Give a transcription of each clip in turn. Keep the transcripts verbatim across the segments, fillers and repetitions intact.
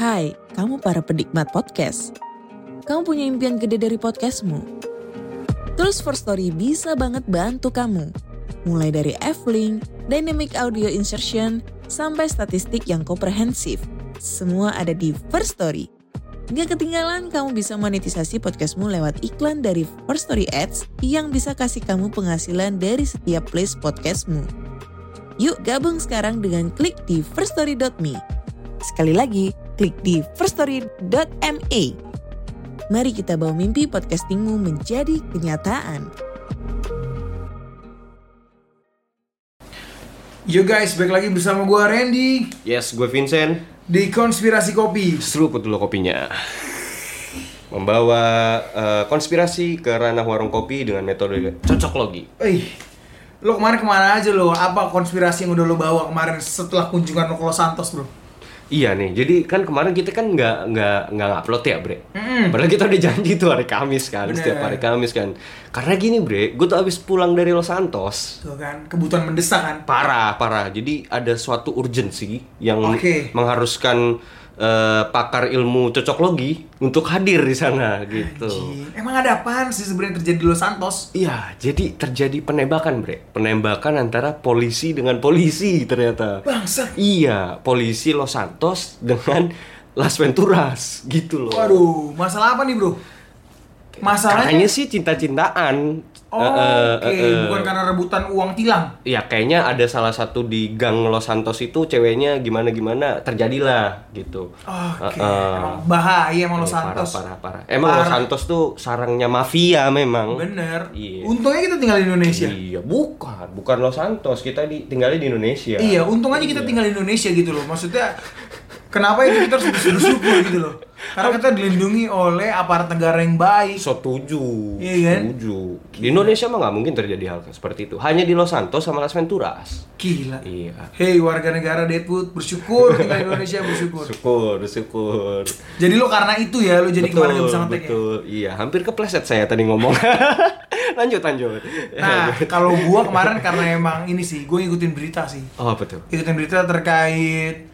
Hai, kamu para penikmat podcast. Kamu punya impian gede dari podcastmu? Terus First Story bisa banget bantu kamu. Mulai dari F-Link, Dynamic Audio Insertion, sampai statistik yang komprehensif. Semua ada di First Story. Gak ketinggalan kamu bisa monetisasi podcastmu lewat iklan dari First Story Ads yang bisa kasih kamu penghasilan dari setiap place podcastmu. Yuk gabung sekarang dengan klik di first story dot me. Sekali lagi, klik di first story dot me. Mari kita bawa mimpi podcastingmu menjadi kenyataan. Yo guys, balik lagi bersama gue Randy. Yes, gue Vincent. Di Konspirasi Kopi. Seruput dulu kopinya. Membawa uh, konspirasi ke ranah warung kopi dengan metode cocok logi. Eh, lo kemarin kemana aja lo? Apa konspirasi yang udah lo bawa kemarin setelah kunjungan lo ke Los Santos, bro? Iya nih, jadi kan kemarin kita kan nggak nggak nggak upload ya, Bre. Mm. Padahal kita udah janji tuh hari Kamis kan, Bener. setiap hari Kamis kan. Karena gini, Bre, gue tuh abis pulang dari Los Santos. Tuh kan, kebutuhan mendesak kan? Parah, parah. Jadi ada suatu urgensi yang Oke. mengharuskan uh, pakar ilmu cocoklogi untuk hadir di sana gitu. Anjing. Emang ada apaan sih sebenarnya terjadi di Los Santos? Iya, jadi terjadi penembakan, Bre. Penembakan antara polisi dengan polisi ternyata. Bangsat. Iya, polisi Los Santos dengan Las Venturas gitu loh. Waduh, masalah apa nih, bro? Masalahnya? Katanya sih cinta-cintaan. Oh, Eh, eh, oke, eh, eh. bukan karena rebutan uang tilang. Iya, kayaknya ada salah satu di gang Los Santos itu ceweknya gimana-gimana terjadilah gitu. Oke, Eh, eh. emang bahaya emang Los Iya, Santos. Parah, parah, parah. Emang Los Parah. Santos tuh sarangnya mafia memang. Bener. Iya. Untungnya kita tinggal di Indonesia. Iya, bukan, bukan Los Santos. Kita di, tinggalnya di Indonesia. Iya, untung aja kita Iya. tinggal di Indonesia gitu loh. Maksudnya kenapa itu kita harus bersyukur gitu loh. Karena kita dilindungi oleh aparat negara yang baik. Setuju. Iya kan? Setuju. Di Indonesia mah nggak mungkin terjadi hal seperti itu. Hanya di Los Santos sama Las Venturas. Gila. Iya. Hei warga negara Deadwood, bersyukur tinggal di Indonesia, bersyukur. Syukur, syukur. Jadi lo karena itu ya lo jadi kemarin gak bisa ngetek ya. Betul. Iya, hampir kepleset saya tadi ngomong. lanjut, lanjut. Nah, kalau gua kemarin karena emang ini sih, gua ngikutin berita sih. Oh, betul. Ngikutin berita terkait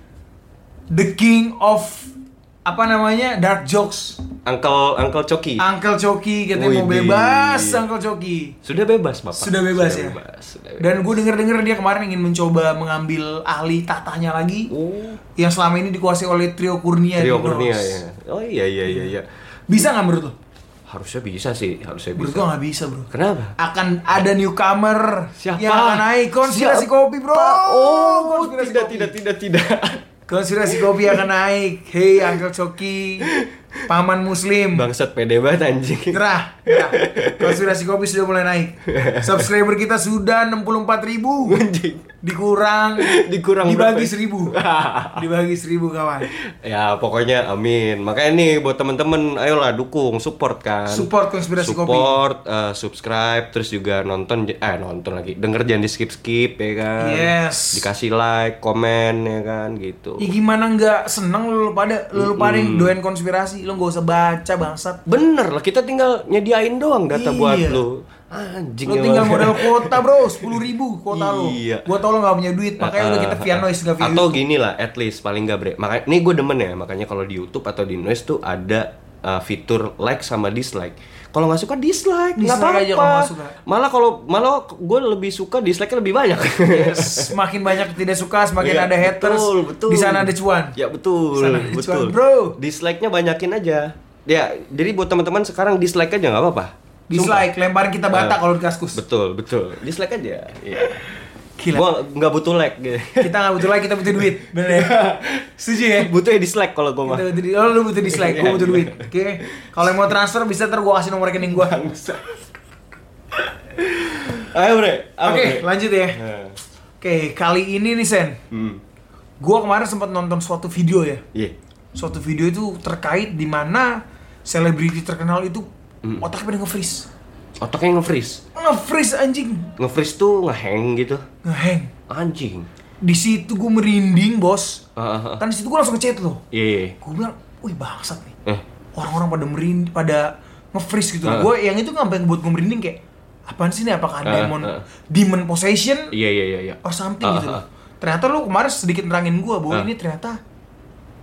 The King of apa namanya? Dark Jokes. Uncle Uncle Coki. Uncle Coki katanya mau Widih. bebas, Uncle Coki. Sudah bebas, Bapak. Sudah bebas Sudah ya. Bebas. Sudah bebas. Dan gue denger-denger dia kemarin ingin mencoba mengambil ahli tahtanya lagi Oh, yang selama ini dikuasai oleh Trio Kurnia. Trio di Nos. Kurnia ya. Oh iya iya iya iya. Bisa nggak menurut lo? Harusnya bisa sih, harusnya Menurut bisa. gue nggak bisa bro. Kenapa? Akan ada newcomer Siapa? yang akan naik konspirasi Siapa? kopi bro. Oh, konspirasi tidak, kopi. tidak, tidak, tidak. Konspirasi kopi akan naik. Hey Uncle Coki, paman muslim. Bangsat pede banget anjing. Gerah, gerah. Konspirasi kopi sudah mulai naik. Subscriber kita sudah enam puluh empat ribu. Anjing. Dikurang, Dikurang dibagi berapa? seribu. Dibagi seribu kawan. Ya pokoknya amin. Makanya nih buat temen-temen, ayolah dukung, support kan. Support konspirasi kopi. Support, eh, subscribe, terus juga nonton, eh nonton lagi, denger jangan di skip skip ya kan. Yes. Dikasih like, komen ya kan gitu. Ya gimana nggak seneng lu, lu pada lu, lu pada yang doain konspirasi, lu nggak usah baca bangsat. Bener lah, kita tinggal nyediain doang data Iya. buat lu. Anjing Lu emang. tinggal modal kuota bro, sepuluh ribu kuota lu. Iya. Gua tau lu nggak punya duit, makanya udah kita via Noise nggak via Atau YouTube. gini lah, at least paling nggak bre. Makanya, ini gue demen ya. Makanya kalau di YouTube atau di Noise tuh ada uh, fitur like sama dislike. Kalau nggak suka dislike, nggak Dislike aja kalau apa-apa. nggak suka. Malah kalau malah gue lebih suka dislike-nya lebih banyak. Yes, semakin banyak tidak suka, semakin Iya, ada haters. betul, betul. Di sana ada cuan. Ya betul, Sana ada cuan, betul. bro. Dislike-nya banyakin aja. Ya, jadi buat teman-teman sekarang dislike aja nggak apa-apa. Dislike, lemparin kita bata Ah. kalau di kaskus. Betul, betul. Dislike aja. Iya. Gila. Gua nggak butuh like gitu. Kita nggak butuh like, kita butuh duit. Bener ya? Setuju ya? Butuh ya dislike kalau gua mah. Kita butuh, oh, lu butuh dislike, gue butuh duit. Oke. Kalau yang mau transfer bisa ntar gue kasih nomor rekening gue. Ayo, Bre. Apa, Oke, Bre? lanjut ya. Nah. Oke, kali ini nih Sen, Hmm. gue kemarin sempat nonton suatu video ya. Iya. Suatu video itu terkait di mana selebriti terkenal itu otaknya pada nge-freeze. Otaknya nge-freeze. Nge-freeze anjing, Nge-freeze tuh nge-hang gitu. nge-hang. Anjing. Di situ gue merinding bos. Ah, ah, ah. Kan di situ gue langsung ngechat loh. Iya, iya. Gue bilang, wih bangsat nih. Eh. Orang-orang pada merinding, pada nge-freeze gitu. Ah. Gue yang itu sampai buat gue merinding kayak, apaan sih nih? Apakah Ah, demon ah. demon possession Iya, iya, iya, iya. or something Ah, gitu ah, loh. Ternyata lu kemarin sedikit nerangin gue bahwa Ah. ini ternyata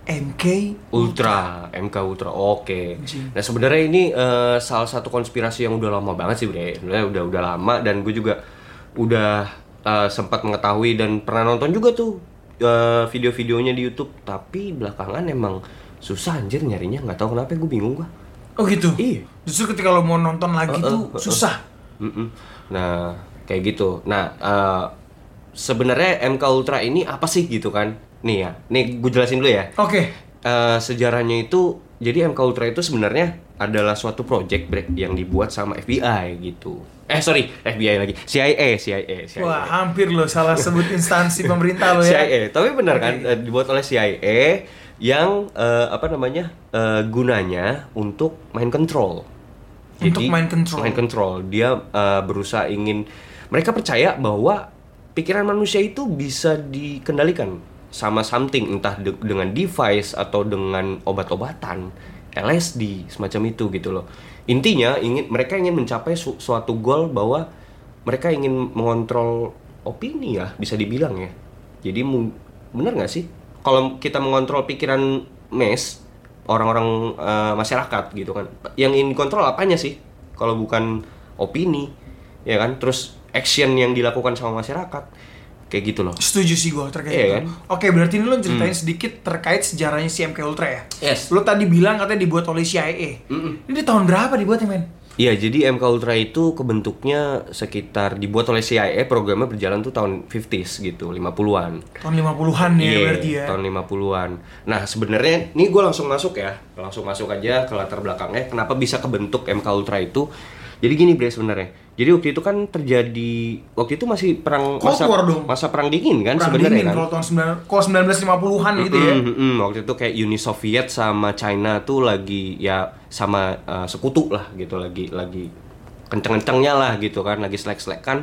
M K Ultra, M K Ultra, oke. Anjing. Nah sebenarnya ini uh, salah satu konspirasi yang udah lama banget sih bre, udah udah, udah lama dan gue juga udah uh, sempat mengetahui dan pernah nonton juga tuh uh, video-videonya di YouTube. Tapi belakangan emang susah anjir nyarinya, nggak tahu kenapa gue bingung gue. Oh gitu. Iya. Justru ketika lo mau nonton lagi Uh, uh, tuh uh, uh. susah. Mm-mm. Nah kayak gitu. Nah uh, sebenarnya M K Ultra ini apa sih gitu kan? Nih ya, nih gue jelasin dulu ya. Oke. Okay. Uh, sejarahnya itu, jadi M K Ultra itu sebenarnya adalah suatu project break yang dibuat sama F B I gitu. Eh sorry, F B I lagi, C I A, C I A, C I A. Wah hampir lo salah sebut instansi pemerintah lo C ya. I A, tapi benar Okay. kan uh, dibuat oleh C I A yang uh, apa namanya uh, gunanya untuk mind control. Untuk mind control. Mind control, dia uh, berusaha ingin, mereka percaya bahwa pikiran manusia itu bisa dikendalikan sama something, entah de- dengan device atau dengan obat-obatan, L S D semacam itu gitu loh. Intinya ingin mereka ingin mencapai su- suatu goal bahwa mereka ingin mengontrol opini ya, bisa dibilang ya. Jadi mu- bener nggak sih kalau kita mengontrol pikiran mass orang-orang uh, masyarakat gitu kan, yang ingin kontrol apanya sih kalau bukan opini ya kan, terus action yang dilakukan sama masyarakat kayak gitu loh. Setuju sih gue terkait Iya, itu. kan? Oke, berarti ini lo ceritain hmm. sedikit terkait sejarahnya si M K Ultra ya? Yes. Lo tadi bilang katanya dibuat oleh C I A. Mm-mm. Ini tahun berapa dibuatnya, men? Iya, jadi M K Ultra itu kebentuknya sekitar dibuat oleh C I A, programnya berjalan tuh tahun lima puluhan gitu, lima puluhan. Tahun lima puluhan ya Iya, berarti ya? tahun lima puluhan. Nah, sebenarnya ini gue langsung masuk ya. Langsung masuk aja ke latar belakangnya kenapa bisa kebentuk M K Ultra itu. Jadi gini bre sebenarnya. Jadi waktu itu kan terjadi, waktu itu masih perang Cold masa War dong. masa perang dingin kan Perang sebenarnya dingin, kan. kalau tahun sembilan kalau sembilan belas lima puluhan gitu ya. Mm, mm, mm. Waktu itu kayak Uni Soviet sama China tuh lagi ya sama uh, sekutu lah gitu, lagi lagi kenceng-kencengnya lah gitu kan, lagi selek-selek kan.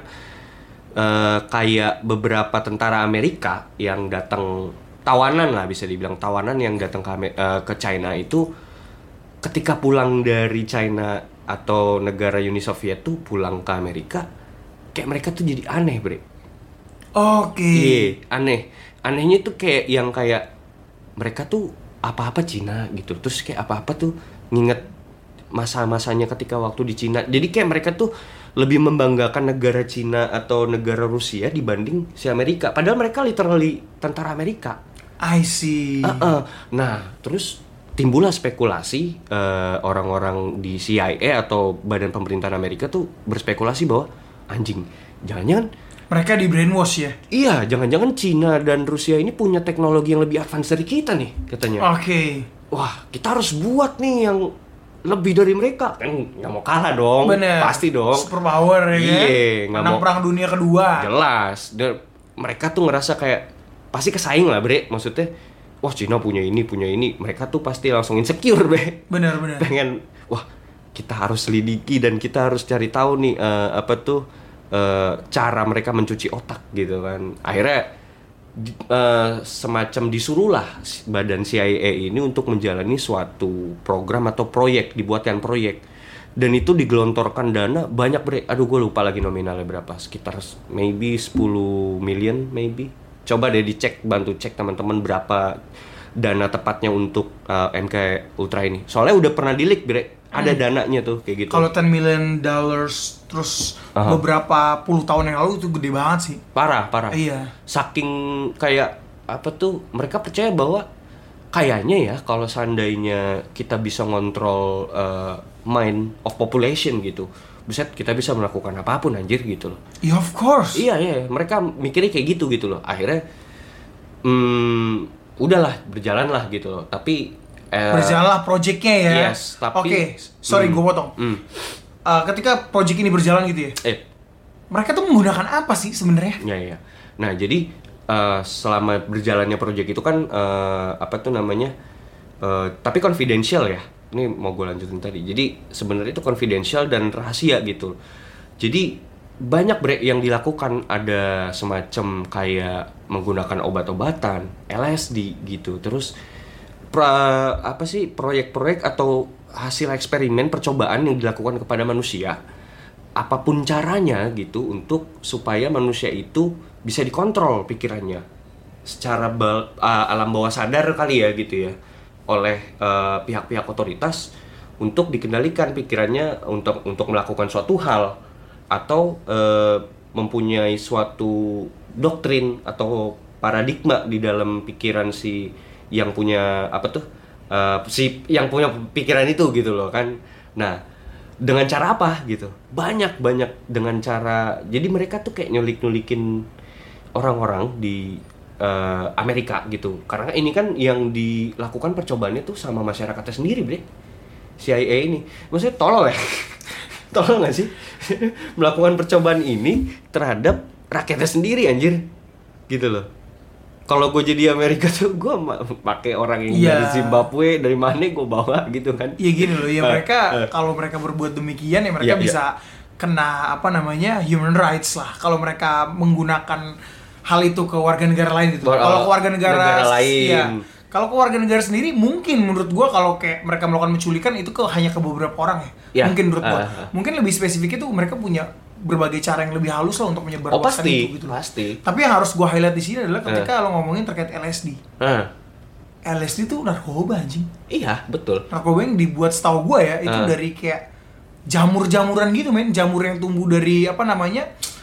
Uh, kayak beberapa tentara Amerika yang datang tawanan lah, bisa dibilang tawanan yang datang ke Amer- uh, ke China itu ketika pulang dari China atau negara Uni Soviet tuh pulang ke Amerika, kayak mereka tuh jadi aneh bre. Oke. Iya, aneh. Anehnya tuh kayak yang kayak mereka tuh apa-apa Cina gitu. Terus kayak apa-apa tuh nginget masa-masanya ketika waktu di Cina. Jadi kayak mereka tuh lebih membanggakan negara Cina atau negara Rusia dibanding si Amerika. Padahal mereka literally tentara Amerika. I see. Uh-uh. Nah, terus timbullah spekulasi uh, orang-orang di C I A atau Badan Pemerintahan Amerika tuh berspekulasi bahwa anjing, jangan-jangan mereka di brainwash ya? iya, jangan-jangan Cina dan Rusia ini punya teknologi yang lebih advance dari kita nih, katanya. Oke. Okay. Wah, kita harus buat nih yang lebih dari mereka. Kan nggak mau kalah dong. Bener. Pasti dong. Superpower ya. Iya, nggak menang mau. perang dunia kedua. Jelas. Dan mereka tuh ngerasa kayak pasti kesaing lah, bre. Maksudnya, wah Cina punya ini, punya ini. Mereka tuh pasti langsung insecure, bre. Bener-bener. Pengen, wah kita harus selidiki dan kita harus cari tahu nih uh, apa tuh uh, cara mereka mencuci otak gitu kan. Akhirnya uh, semacam disuruhlah badan C I A ini untuk menjalani suatu program atau proyek, dibuatkan proyek. Dan itu digelontorkan dana banyak bre. Aduh gue lupa lagi nominalnya berapa. Sekitar maybe sepuluh million maybe. Coba deh dicek, bantu cek teman-teman berapa dana tepatnya untuk uh, M K Ultra ini. Soalnya udah pernah di-leak bre. Ada hmm. dananya tuh kayak gitu. Kalau ten million dollars terus uh-huh. beberapa puluh tahun yang lalu itu gede banget sih. Parah, parah. Iya. Saking kayak apa tuh, mereka percaya bahwa kayaknya ya kalau seandainya kita bisa ngontrol uh, mind of population gitu, buset kita bisa melakukan apapun anjir gitu loh. Yeah, of course. Iya, iya, mereka mikirnya kayak gitu gitu loh. Akhirnya hmm, udahlah, berjalan lah gitu loh. Tapi Uh, berjalanlah projectnya ya. Yes, tapi oke, okay, sorry mm, gue potong. Mm. Uh, ketika project ini berjalan gitu ya, eh. mereka tuh menggunakan apa sih sebenarnya? Ya, ya. Nah jadi uh, selama berjalannya project itu kan uh, apa tuh namanya? Uh, tapi confidential ya. Ini mau gue lanjutin tadi. Jadi sebenarnya itu confidential dan rahasia gitu. Jadi banyak bre yang dilakukan, ada semacam kayak menggunakan obat-obatan, L S D gitu. Terus Pra, apa sih proyek-proyek atau hasil eksperimen percobaan yang dilakukan kepada manusia, apapun caranya gitu, untuk supaya manusia itu bisa dikontrol pikirannya. secara bal, uh, alam bawah sadar kali ya gitu ya oleh uh, pihak-pihak otoritas untuk dikendalikan pikirannya untuk untuk melakukan suatu hal atau uh, mempunyai suatu doktrin atau paradigma di dalam pikiran si yang punya apa tuh uh, si yang punya pikiran itu gitu loh kan. Nah, dengan cara apa gitu? Banyak banyak dengan cara jadi mereka tuh kayak nyulik-nyulikin orang-orang di uh, Amerika gitu. Karena ini kan yang dilakukan percobaannya tuh sama masyarakatnya sendiri, Bre. C I A ini. Maksudnya tolol ya. Tolol enggak sih? Melakukan percobaan ini terhadap rakyatnya sendiri anjir. Gitu loh. Kalau gue jadi Amerika tuh gue pakai orang yang yeah. dari Zimbabwe dari mana gue bawa gitu kan. Iya gini loh ya mereka uh, uh. kalau mereka berbuat demikian ya mereka yeah, bisa yeah. kena apa namanya human rights lah. Kalau mereka menggunakan hal itu ke warga negara lain gitu. Kalau ke warga negara, negara lain. Ya, kalau ke warga negara sendiri mungkin menurut gue kalau kayak mereka melakukan penculikan itu ke hanya ke beberapa orang ya. Yeah. Mungkin menurut gue. Uh, uh. Mungkin lebih spesifik itu mereka punya berbagai cara yang lebih halus lah untuk menyebarluaskan oh, pasti, itu gitu. Pasti. Tapi yang harus gue highlight di sini adalah ketika uh. lo ngomongin terkait L S D. Uh. L S D itu narkoba anjing. Iya, betul. Narkoba yang dibuat setahu gue ya itu uh. dari kayak jamur-jamuran gitu men, jamur yang tumbuh dari apa namanya?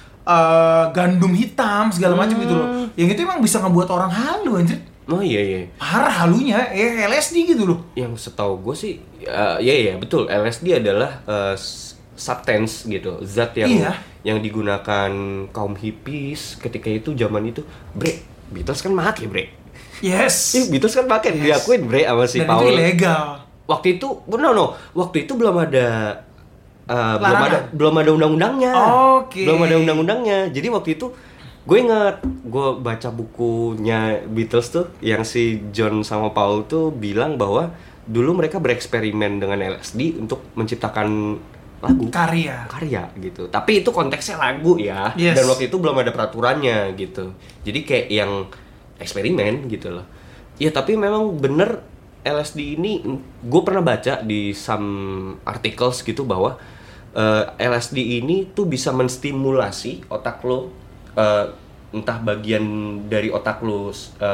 Uh, gandum hitam segala macam hmm. gitu loh. Yang itu emang bisa ngebuat orang halu anjir. Oh iya iya. Parah halunya, eh L S D gitu loh. Yang setahu gue sih uh, iya iya betul. L S D adalah uh, substance gitu, zat yang iya. yang digunakan kaum hippies ketika itu zaman itu. Bre, Beatles kan make, Bre. Yes. Ih, Beatles kan pakai yes. diakuin, Bre, sama si Dan Paul. Dan itu ilegal. Waktu itu, no no, waktu itu belum ada uh, belum ada belum ada undang-undangnya. Oke. Okay. Belum ada undang-undangnya. Jadi waktu itu gue inget, gue baca bukunya Beatles tuh yang si John sama Paul tuh bilang bahwa dulu mereka bereksperimen dengan L S D untuk menciptakan lagu karya karya gitu, tapi itu konteksnya lagu ya. Yes. Dan waktu itu belum ada peraturannya gitu, jadi kayak yang eksperimen gitu loh ya. Tapi memang bener L S D ini gue pernah baca di some articles gitu bahwa uh, L S D ini tuh bisa menstimulasi otak lo, uh, entah bagian dari otak lo, uh,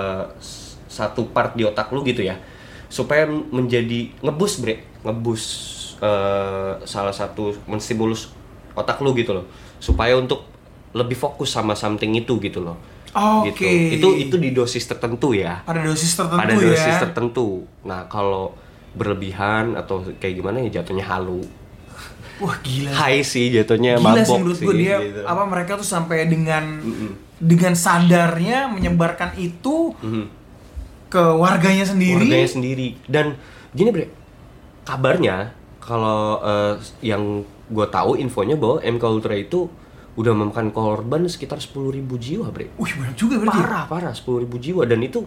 satu part di otak lo gitu ya, supaya menjadi ngebus bre ngebus Uh, salah satu menstimulus otak lu gitu loh, supaya untuk lebih fokus sama something itu gitu loh. Oke. Okay. Gitu. Itu itu di dosis tertentu ya. Pada dosis tertentu Pada ya. Pada dosis tertentu. Nah kalau berlebihan atau kayak gimana ya jatuhnya halu. Wah gila. High sih jatuhnya, gila mabok sih menurut gue dia gitu. Apa mereka tuh sampai dengan Mm-mm. dengan sadarnya menyebarkan itu Mm-mm. ke warganya sendiri. Warganya sendiri. Dan gini bre, kabarnya kalau uh, yang gue tahu infonya bahwa M K Ultra itu udah memakan korban sekitar sepuluh ribu jiwa, bre. Wih banyak juga berarti. Parah, parah sepuluh ribu jiwa, dan itu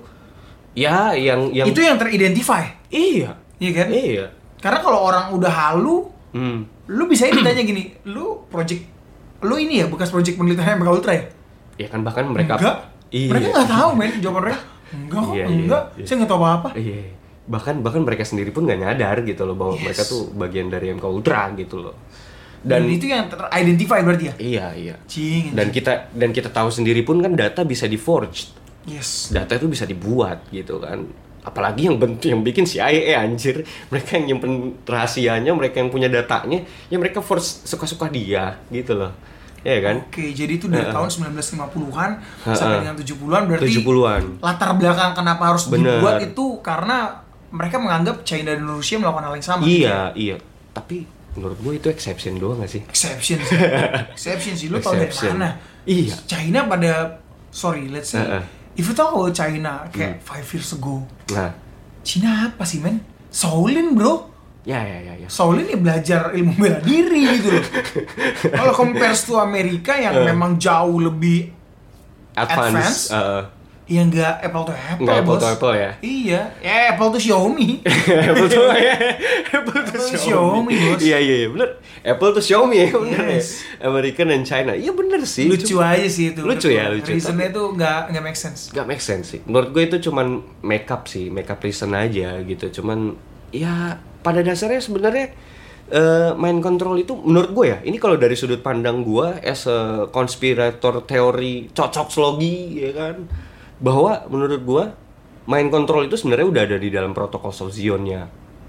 ya yang yang itu yang teridentify. Iya. Iya kan? Iya. Karena kalau orang udah halu, hmm. lu bisa ditanya gini, lu project, lu ini ya bekas project penelitian M K Ultra ya? Ya kan bahkan mereka. Enggak. Iya. Mereka nggak tahu men jawaban mereka. Enggak kok, iya, enggak. Iya, iya. Saya nggak tahu apa-apa. Iya. bahkan bahkan mereka sendiri pun nggak nyadar gitu loh bahwa yes. mereka tuh bagian dari M K Ultra gitu loh. Dan, dan itu yang ter-identify berarti ya? Iya, iya. Cing, dan cing. kita dan kita tahu sendiri pun kan data bisa di-forged. Yes. Data itu bisa dibuat gitu kan. Apalagi yang bentuk yang bikin C I A anjir. Mereka yang nyimpen rahasianya, mereka yang punya datanya, ya mereka force suka-suka dia gitu loh. Iya kan? Oke, jadi itu dari uh, tahun sembilan belas lima puluhan uh, sampai dengan tujuh puluhan berarti tujuh puluhan. Latar belakang kenapa harus Bener. dibuat itu karena mereka menganggap China dan Rusia melakukan hal yang sama. Iya, gitu. iya. Tapi menurut gue itu exception doang gak sih? Exception sih. Exception sih. Lu tau dari mana? Iya. China pada, sorry, let's say, uh-uh. if you tau China kayak hmm. five years ago, nah. China apa sih men? Shaolin bro. Ya, ya, ya, ya. Shaolin ya belajar ilmu bela diri gitu loh. Kalau compare to Amerika yang uh. memang jauh lebih advance, advance uh. ya nggak apple to apple, nggak apple bos. to apple ya? Iya, ya apple to Xiaomi. apple to ya, apple to Xiaomi, Xiaomi bos. Iya iya iya, bener. Apple to Xiaomi ya, bener yes. ya. American dan China, iya bener sih. Lucu Cuma, aja sih itu. Lucu ya, lucu. Reasonnya tuh nggak nggak make sense. Nggak make sense sih. Menurut gue itu cuman make up sih, make up reason aja gitu. Cuman ya pada dasarnya sebenarnya uh, mind control itu menurut gue ya, ini kalau dari sudut pandang gue as a conspirator teori cocok slogi ya kan. bahwa menurut gua mind control itu sebenarnya udah ada di dalam protokol of Zion-nya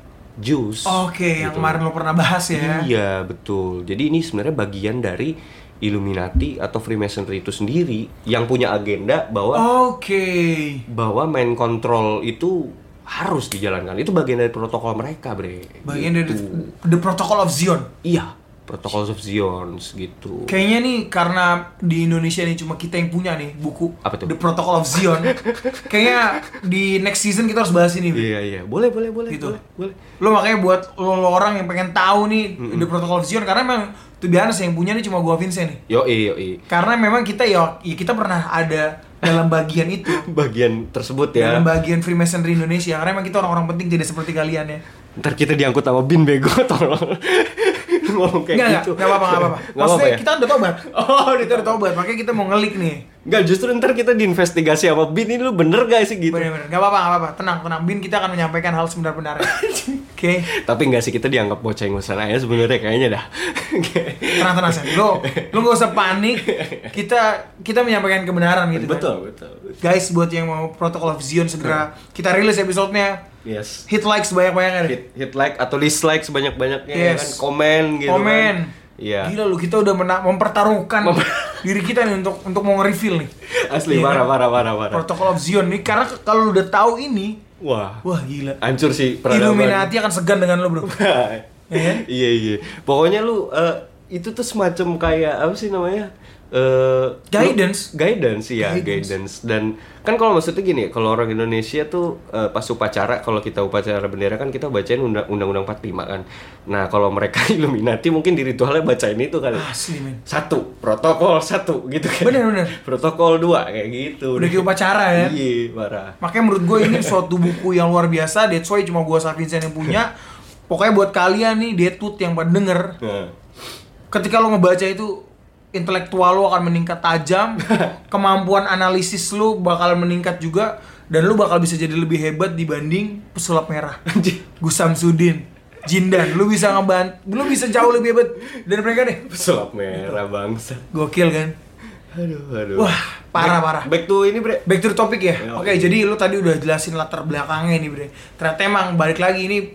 Jews. Oke, okay, gitu. Yang kemarin lo pernah bahas ya. Iya, betul. Jadi ini sebenarnya bagian dari Illuminati atau Freemasonry itu sendiri yang punya agenda bahwa Oke. Okay. bahwa mind control itu harus dijalankan. Itu bagian dari protokol mereka, Bre. Bagian gitu. dari the protocol of Zion. Iya, protocol of Zion gitu. Kayaknya nih karena di Indonesia nih cuma kita yang punya nih buku Apa tuh? The Protocol of Zion. Kayaknya di next season kita harus bahas ini. Iya, iya. Boleh, boleh, boleh. Gitu. Boleh, boleh. Lo makanya buat lo, lo orang yang pengen tahu nih mm-hmm. The Protocol of Zion karena memang tuh biasa yang punya nih cuma gua Vincent nih. Yoi, yoi. Karena memang kita ya, ya kita pernah ada dalam bagian itu. Bagian tersebut ya. Dalam bagian Freemasonry Indonesia. Karena memang kita orang-orang penting tidak seperti kalian ya. Ntar kita diangkut sama bin bego, tolong. Ngomong kayak Nggak, gitu. Enggak, enggak apa-apa, enggak apa-apa. Nggak Maksudnya apa-apa ya? kita udah tobat. Oh, kita udah tobat. Makanya kita mau ngelik nih. Enggak, justru ntar kita diinvestigasi sama bin ini lu bener gak sih gitu. Bener-bener. Enggak apa-apa, enggak apa-apa. Tenang, tenang. Bin kita akan menyampaikan hal sebenar-benarnya. Oke. Okay. Tapi enggak sih, kita dianggap bocah ingusan aja sebenarnya kayaknya dah. Tenang-tenang Sen. Lo lo enggak usah panik. Kita kita menyampaikan kebenaran gitu. Betul, kan? betul, betul. Guys, buat yang mau Protocol of Zion segera kita rilis episode-nya. Yes. Hit like sebanyak-banyaknya deh. Hit, hit like atau dislike sebanyak-banyaknya Yes. kan, komen gitu Komen. kan. Iya. Gila lu, kita udah mena- mempertaruhkan Mem- diri kita nih untuk untuk mau nge-reveal nih. Asli Iya parah, kan? parah, parah, parah. Protocol of Zion nih karena k- kalau lu udah tahu ini, Wah. wah gila. Hancur sih peradaban. Illuminati akan segan dengan lu, Bro. Ya? Iya, iya. Pokoknya lu uh, itu tuh semacam kayak apa sih namanya? Uh, Guidance. lu- guidance ya, Guidance. guidance. Dan kan kalau maksudnya gini, kalau orang Indonesia tuh uh, pas upacara, kalau kita upacara bendera kan kita bacain undang- undang-undang empat puluh lima kan. Nah, kalau mereka Illuminati mungkin di ritualnya bacain itu kan. Asli, men. Satu, protokol satu gitu kan. Bener, bener. Protokol dua kayak gitu. Udah kayak upacara ya. Iya, parah. Makanya menurut gue ini suatu buku yang luar biasa. That's why cuma gue sama Vincent yang punya. Pokoknya buat kalian nih, Detut yang pada denger, Nah. ketika lo ngebaca itu, intelektual lo akan meningkat tajam, kemampuan analisis lo bakalan meningkat juga, dan lo bakal bisa jadi lebih hebat dibanding pesulap merah. Gus Samsudin, Jindan, lo bisa ngebant, lo bisa jauh lebih hebat dari mereka deh. Pesulap merah bangsa. Gokil kan? Aduh, aduh. Wah, parah-parah. Back to ini, Bre. Back to the topic ya? Ya, Oke, oke. jadi lo tadi udah jelasin latar belakangnya nih, Bre. Ternyata emang balik lagi ini,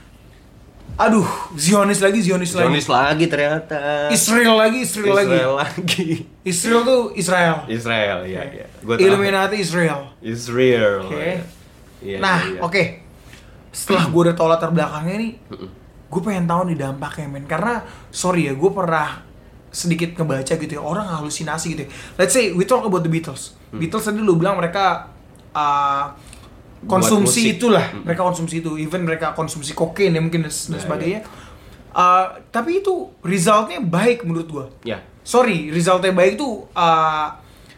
aduh, Zionis lagi, Zionis, Zionis lagi. lagi ternyata. Israel lagi, Israel, lagi. Israel lagi. Israel tuh Israel. Israel, iya, iya. Gua tahu. Illuminati Israel. Israel. Oke. Iya, Nah, iya, iya. oke. Setelah gue udah tau latar belakangnya nih, gue pengen tahu nih dampaknya, men. Karena sorry ya, gue pernah sedikit ngebaca gitu ya, orang halusinasi gitu ya. Let's say we talk about the Beatles. Hmm. Beatles tadi lu bilang mereka uh, Buat konsumsi musik. itulah, Hmm. mereka konsumsi itu, even mereka konsumsi kokain ya mungkin dan, dan Ya, sebagainya. Uh, tapi itu resultnya baik menurut gue. Ya. Sorry, resultnya baik tuh uh,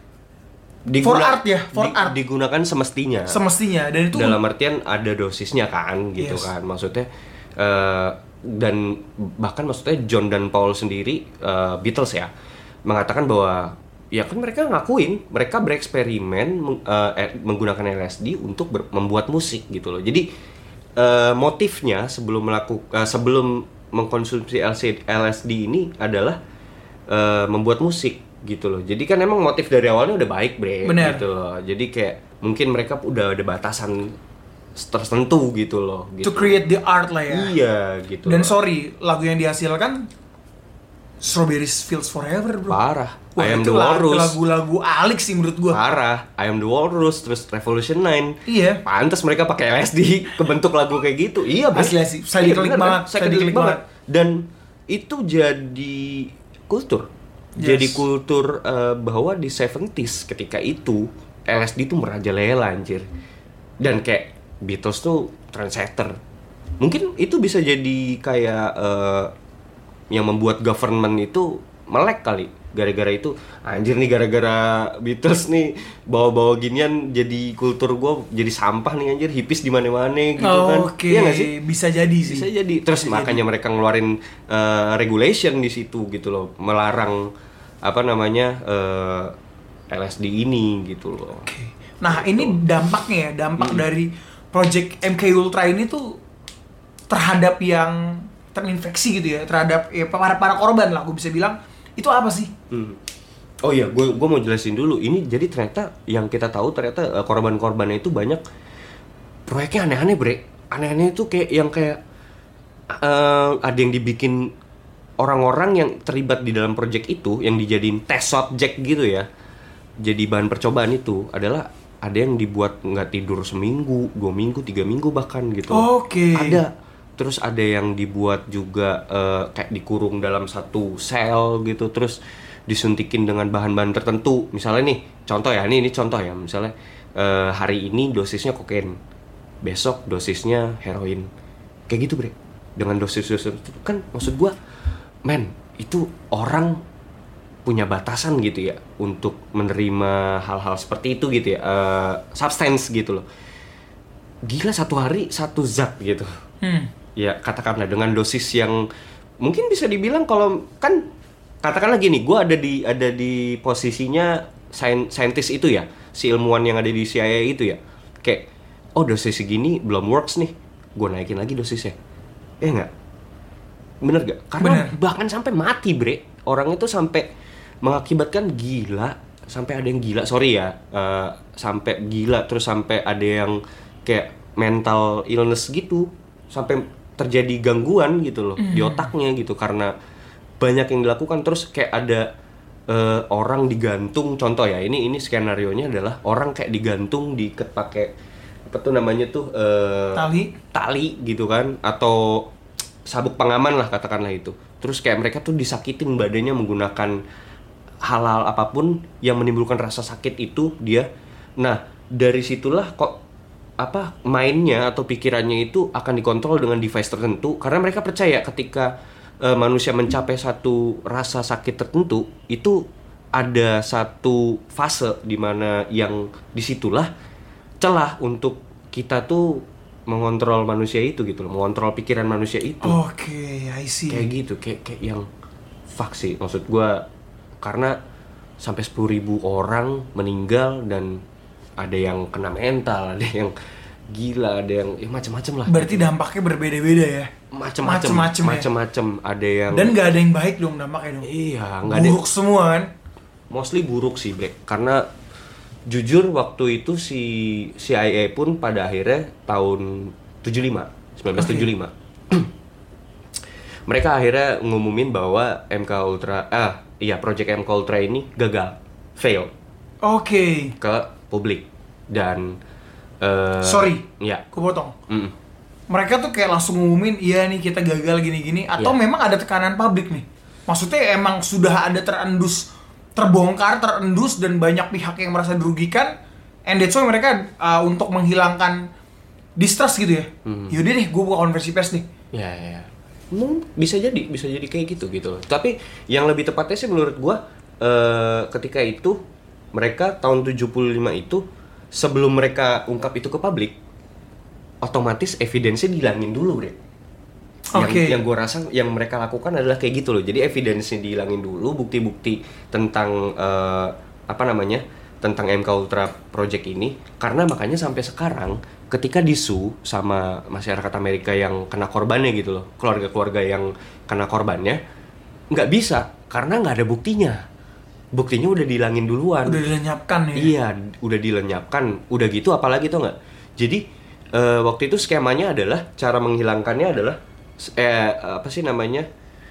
for art ya, for di- art. Digunakan semestinya. semestinya, dan itu Dalam artian ada dosisnya kan, gitu Yes. kan. Maksudnya eh, dan bahkan maksudnya John dan Paul sendiri eh, Beatles ya mengatakan bahwa ya kan mereka ngakuin mereka bereksperimen meng- eh, eh, menggunakan L S D untuk ber- membuat musik gitu loh. Jadi eh, motifnya sebelum melakukan sebelum mengkonsumsi L S D ini adalah eh, membuat musik gitu loh. Jadi kan emang motif dari awalnya udah baik, Bre, Bener. gitu loh. Jadi kayak mungkin mereka udah ada batasan tertentu gitu loh, gitu. to create the art lah ya. Iya, gitu. Dan loh. sorry, lagu yang dihasilkan Strawberries Fields Forever, bro. Parah. Wah, I am itu the lag- Walrus. lagu-lagu alik sih menurut gua. Parah. I am the Walrus, terus Revolution nine. Iya. Pantes mereka pakai L S D kebentuk lagu kayak gitu. Iya, Bre. Asli, asli. Psychedelic Iya, bener, banget, kan? Psychedelic psychedelic banget. banget. Dan itu jadi kultur. Yes. Jadi kultur eh, bahwa di seventies ketika itu L S D tuh merajalela anjir. Dan kayak Beatles tuh trendsetter. Mungkin itu bisa jadi kayak eh, yang membuat government itu melek kali. Gara-gara itu, anjir nih gara-gara Beatles nih bawa-bawa ginian jadi kultur gue jadi sampah nih anjir, hippies di mana-mana gitu kan. Oke, Iya nggak sih? bisa jadi sih. Bisa jadi. Terus Bisa makanya mereka ngeluarin eh, regulation di situ gitu loh, melarang apa namanya eh, L S D ini gitu loh. Oke. Nah, ini dampaknya ya, dampak dari Project M K Ultra ini tuh terhadap yang terinfeksi gitu ya, terhadap ya para para korban lah, gue bisa bilang itu apa sih? Hmm. Oh iya, gue gue mau jelasin dulu. Ini jadi ternyata yang kita tahu ternyata uh, korban-korbannya itu banyak proyeknya aneh-aneh, bre. Aneh-aneh itu kayak yang kayak uh, ada yang dibikin orang-orang yang terlibat di dalam proyek itu, yang dijadiin test subject gitu ya. Jadi bahan percobaan itu adalah ada yang dibuat nggak tidur seminggu, dua minggu, tiga minggu bahkan gitu. Oke. Okay. Ada. Terus ada yang dibuat juga uh, kayak dikurung dalam satu sel gitu. Terus disuntikin dengan bahan-bahan tertentu. Misalnya nih, contoh ya, ini ini contoh ya. Misalnya uh, hari ini dosisnya kokain, besok dosisnya heroin. Kayak gitu, bre. Dengan dosis-dosis itu kan maksud gua, men, itu orang punya batasan gitu ya untuk menerima hal-hal seperti itu gitu ya. Uh, substance gitu loh. Gila, satu hari satu zat gitu. Hmm. Ya katakanlah dengan dosis yang mungkin bisa dibilang kalau kan katakanlah gini, gue ada di ada di posisinya saintis itu ya, si ilmuwan yang ada di C I A itu ya, kayak oh dosis segini belum works nih, gue naikin lagi dosisnya, eh nggak, bener gak? Karena bener. Bahkan sampai mati, bre, orang itu sampai mengakibatkan gila, sampai ada yang gila, sorry ya, uh, sampai gila, terus sampai ada yang kayak mental illness gitu, sampai terjadi gangguan gitu loh mm. di otaknya gitu karena banyak yang dilakukan. Terus kayak ada uh, orang digantung, contoh ya, ini ini skenarionya adalah orang kayak digantung diikat pakai apa tuh namanya tuh uh, tali tali gitu kan, atau sabuk pengaman lah katakanlah itu. Terus kayak mereka tuh disakitin badannya menggunakan hal-hal apapun yang menimbulkan rasa sakit itu dia. Nah dari situlah kok apa mainnya atau pikirannya itu akan dikontrol dengan device tertentu, karena mereka percaya ketika uh, manusia mencapai satu rasa sakit tertentu itu ada satu fase di mana yang disitulah celah untuk kita tuh mengontrol manusia itu gitu loh, mengontrol pikiran manusia itu. Oke, okay, I see. Kayak gitu, kayak kayak yang fuck sih maksud gue, karena sampai sepuluh ribu orang meninggal dan ada yang kena mental, ada yang gila, ada yang ya macam-macam lah. Berarti dampaknya berbeda-beda ya. Macam-macam, macam-macam. Ya? Ada yang dan nggak ada yang baik dong dampaknya dong. Iya, nggak ada. Buruk semua kan? Mostly buruk sih, Bre. Karena jujur waktu itu si C I A pun pada akhirnya tahun tujuh puluh lima, seribu sembilan ratus tujuh puluh lima. Okay. Mereka akhirnya ngumumin bahwa M K Ultra, ah iya, Project M K Ultra ini gagal, fail. Oke. Okay. Ke publik dan uh, sorry, ya, aku potong. Mm. Mereka tuh kayak langsung ngumumin, iya nih kita gagal gini-gini, atau yeah. memang ada tekanan publik nih? Maksudnya emang sudah ada terendus, terbongkar, terendus dan banyak pihak yang merasa dirugikan, and that's why mereka uh, untuk menghilangkan distrust gitu ya. Mm. Yaudah deh, gue buka konversi pers nih. Ya, ya, ya. Hmm, bisa jadi, bisa jadi kayak gitu gitu. Tapi yang lebih tepatnya sih menurut gue, uh, ketika itu mereka tahun tujuh puluh lima itu, sebelum mereka ungkap itu ke publik, otomatis evidence-nya dihilangin dulu, Bre. Yang, okay. yang gue rasa yang mereka lakukan adalah kayak gitu loh. Jadi evidence-nya dihilangin dulu, bukti-bukti tentang uh, apa namanya, tentang M K Ultra Project ini. Karena makanya sampai sekarang ketika disu sama masyarakat Amerika yang kena korbannya gitu loh, keluarga-keluarga yang kena korbannya, nggak bisa karena nggak ada buktinya. Buktinya udah dihilangin duluan. Udah dilenyapkan ya? Iya, udah dilenyapkan. Udah gitu apalagi tuh nggak? Jadi uh, waktu itu skemanya adalah, cara menghilangkannya adalah eh, apa sih namanya,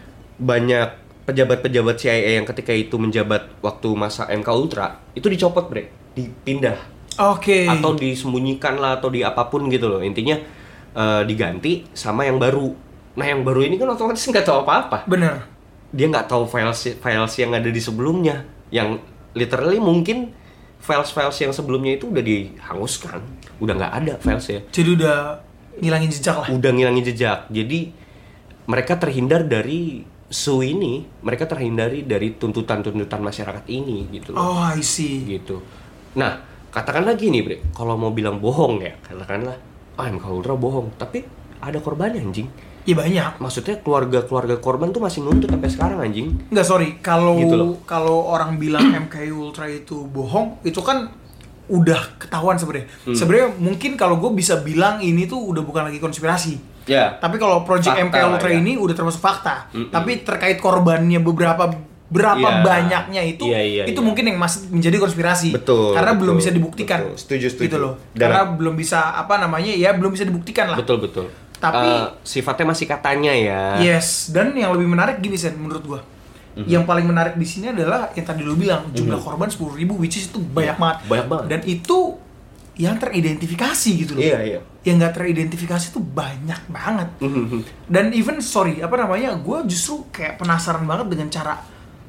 banyak pejabat-pejabat C I A yang ketika itu menjabat waktu masa M K Ultra itu dicopot, Bre, dipindah. Oke. Okay. Atau disembunyikan lah, atau di apapun gitu loh. Intinya uh, diganti sama yang baru. Nah yang baru ini kan otomatis nggak tahu apa-apa. Bener. Dia nggak tahu files files yang ada di sebelumnya, yang literally mungkin files-files yang sebelumnya itu udah dihanguskan, udah nggak ada filesnya. Jadi udah ngilangin jejak lah. Udah ngilangin jejak. Jadi mereka terhindar dari su ini, mereka terhindari dari tuntutan-tuntutan masyarakat ini gitu loh. Oh, I see. Gitu. Nah, katakanlah gini, Bre, kalau mau bilang bohong ya, katakanlah, ah M K Ultra bohong, tapi ada korbannya anjing. Iya banyak. Maksudnya keluarga-keluarga korban tuh masih nuntut sampai sekarang anjing. Enggak, sorry, kalau gitu kalau orang bilang M K Ultra itu bohong, itu kan udah ketahuan sebenarnya. Hmm. Sebenarnya mungkin kalau gue bisa bilang ini tuh udah bukan lagi konspirasi. Ya. Tapi kalau Project fakta M K Ultra ya. ini udah termasuk fakta. Mm-mm. Tapi terkait korbannya beberapa berapa Iya. banyaknya itu Iya, iya, itu iya. mungkin yang masih menjadi konspirasi. Betul, Karena betul, belum bisa dibuktikan. betul. Setuju, setuju. Gitu loh. Dan- Karena belum bisa apa namanya ya belum bisa dibuktikan lah. Betul betul. Tapi- Eh, sifatnya masih katanya ya. Yes, dan yang lebih menarik gini Sen menurut gua. Mhm. Yang paling menarik di sini adalah yang tadi lu bilang jumlah korban sepuluh ribu which is itu banyak banget. Banyak banget. Dan itu yang teridentifikasi gitu loh. Iya, iya. Yang nggak teridentifikasi tuh banyak banget. Dan even sorry apa namanya, gue justru kayak penasaran banget dengan cara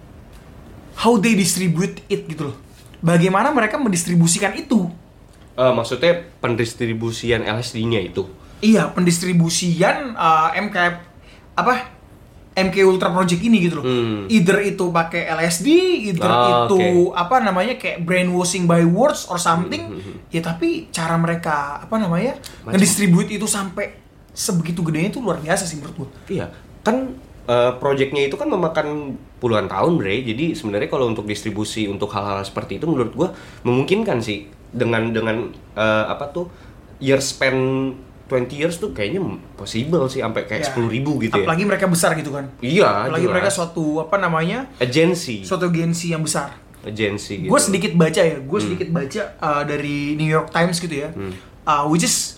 how they distribute it gitu loh. Bagaimana mereka mendistribusikan itu? Eh, maksudnya pendistribusian L S D-nya itu. Iya, pendistribusian uh, M K apa? M K Ultra Project ini gitu loh. Hmm. Either itu pakai L S D, either Ah, itu oke. apa namanya kayak brainwashing by words or something. Hmm. Ya tapi cara mereka apa namanya Macam- ngedistribute itu sampai sebegitu gedenya itu luar biasa sih menurut gua. Iya, kan eh, projectnya itu kan memakan puluhan tahun, Bre. Jadi sebenarnya kalau untuk distribusi untuk hal-hal seperti itu menurut gua memungkinkan sih dengan dengan eh, apa tuh year span twenty years tuh kayaknya possible sih sampai kayak Ya. sepuluh ribu gitu ya. Apalagi mereka besar gitu kan. Iya, Apalagi jelas. mereka suatu apa namanya agency. suatu agensi yang besar. Agency gitu. Gue sedikit baca ya, gue sedikit baca uh, dari New York Times gitu ya, uh, which is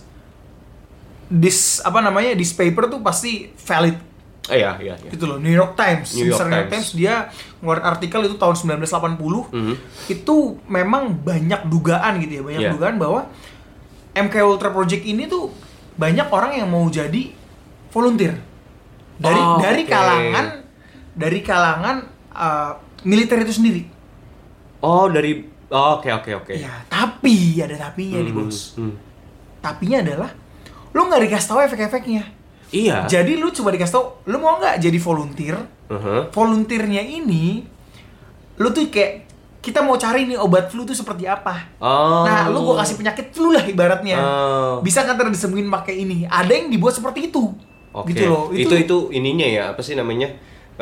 this apa namanya this paper tuh pasti valid Eh, iya, iya, iya. gitu loh. New York Times, New York Mister New York Times. Times dia ngeluarin artikel itu tahun sembilan belas delapan puluh. Mhm. Itu memang banyak dugaan gitu ya, banyak Yeah. dugaan bahwa M K Ultra Project ini tuh banyak orang yang mau jadi volunteer dari Oh, dari oke. kalangan dari kalangan uh, militer itu sendiri. Oh, dari oh, oke oke oke. Ya, tapi ada tapinya nih Hmm, bos. hmm. Tapinya adalah lu nggak dikasih tahu efek-efeknya. Iya. Jadi lu coba dikasih tahu, lu mau nggak jadi volunteer? Uh-huh. Volunteernya ini, lu tuh kayak kita mau cari nih obat flu tuh seperti apa. Oh. Nah, lu gua kasih penyakit flu lah ibaratnya. Oh. Bisa kan disembuhin pakai ini. Ada yang dibuat seperti itu. Oke. Gitu loh. Itu itu ininya ya, apa sih namanya?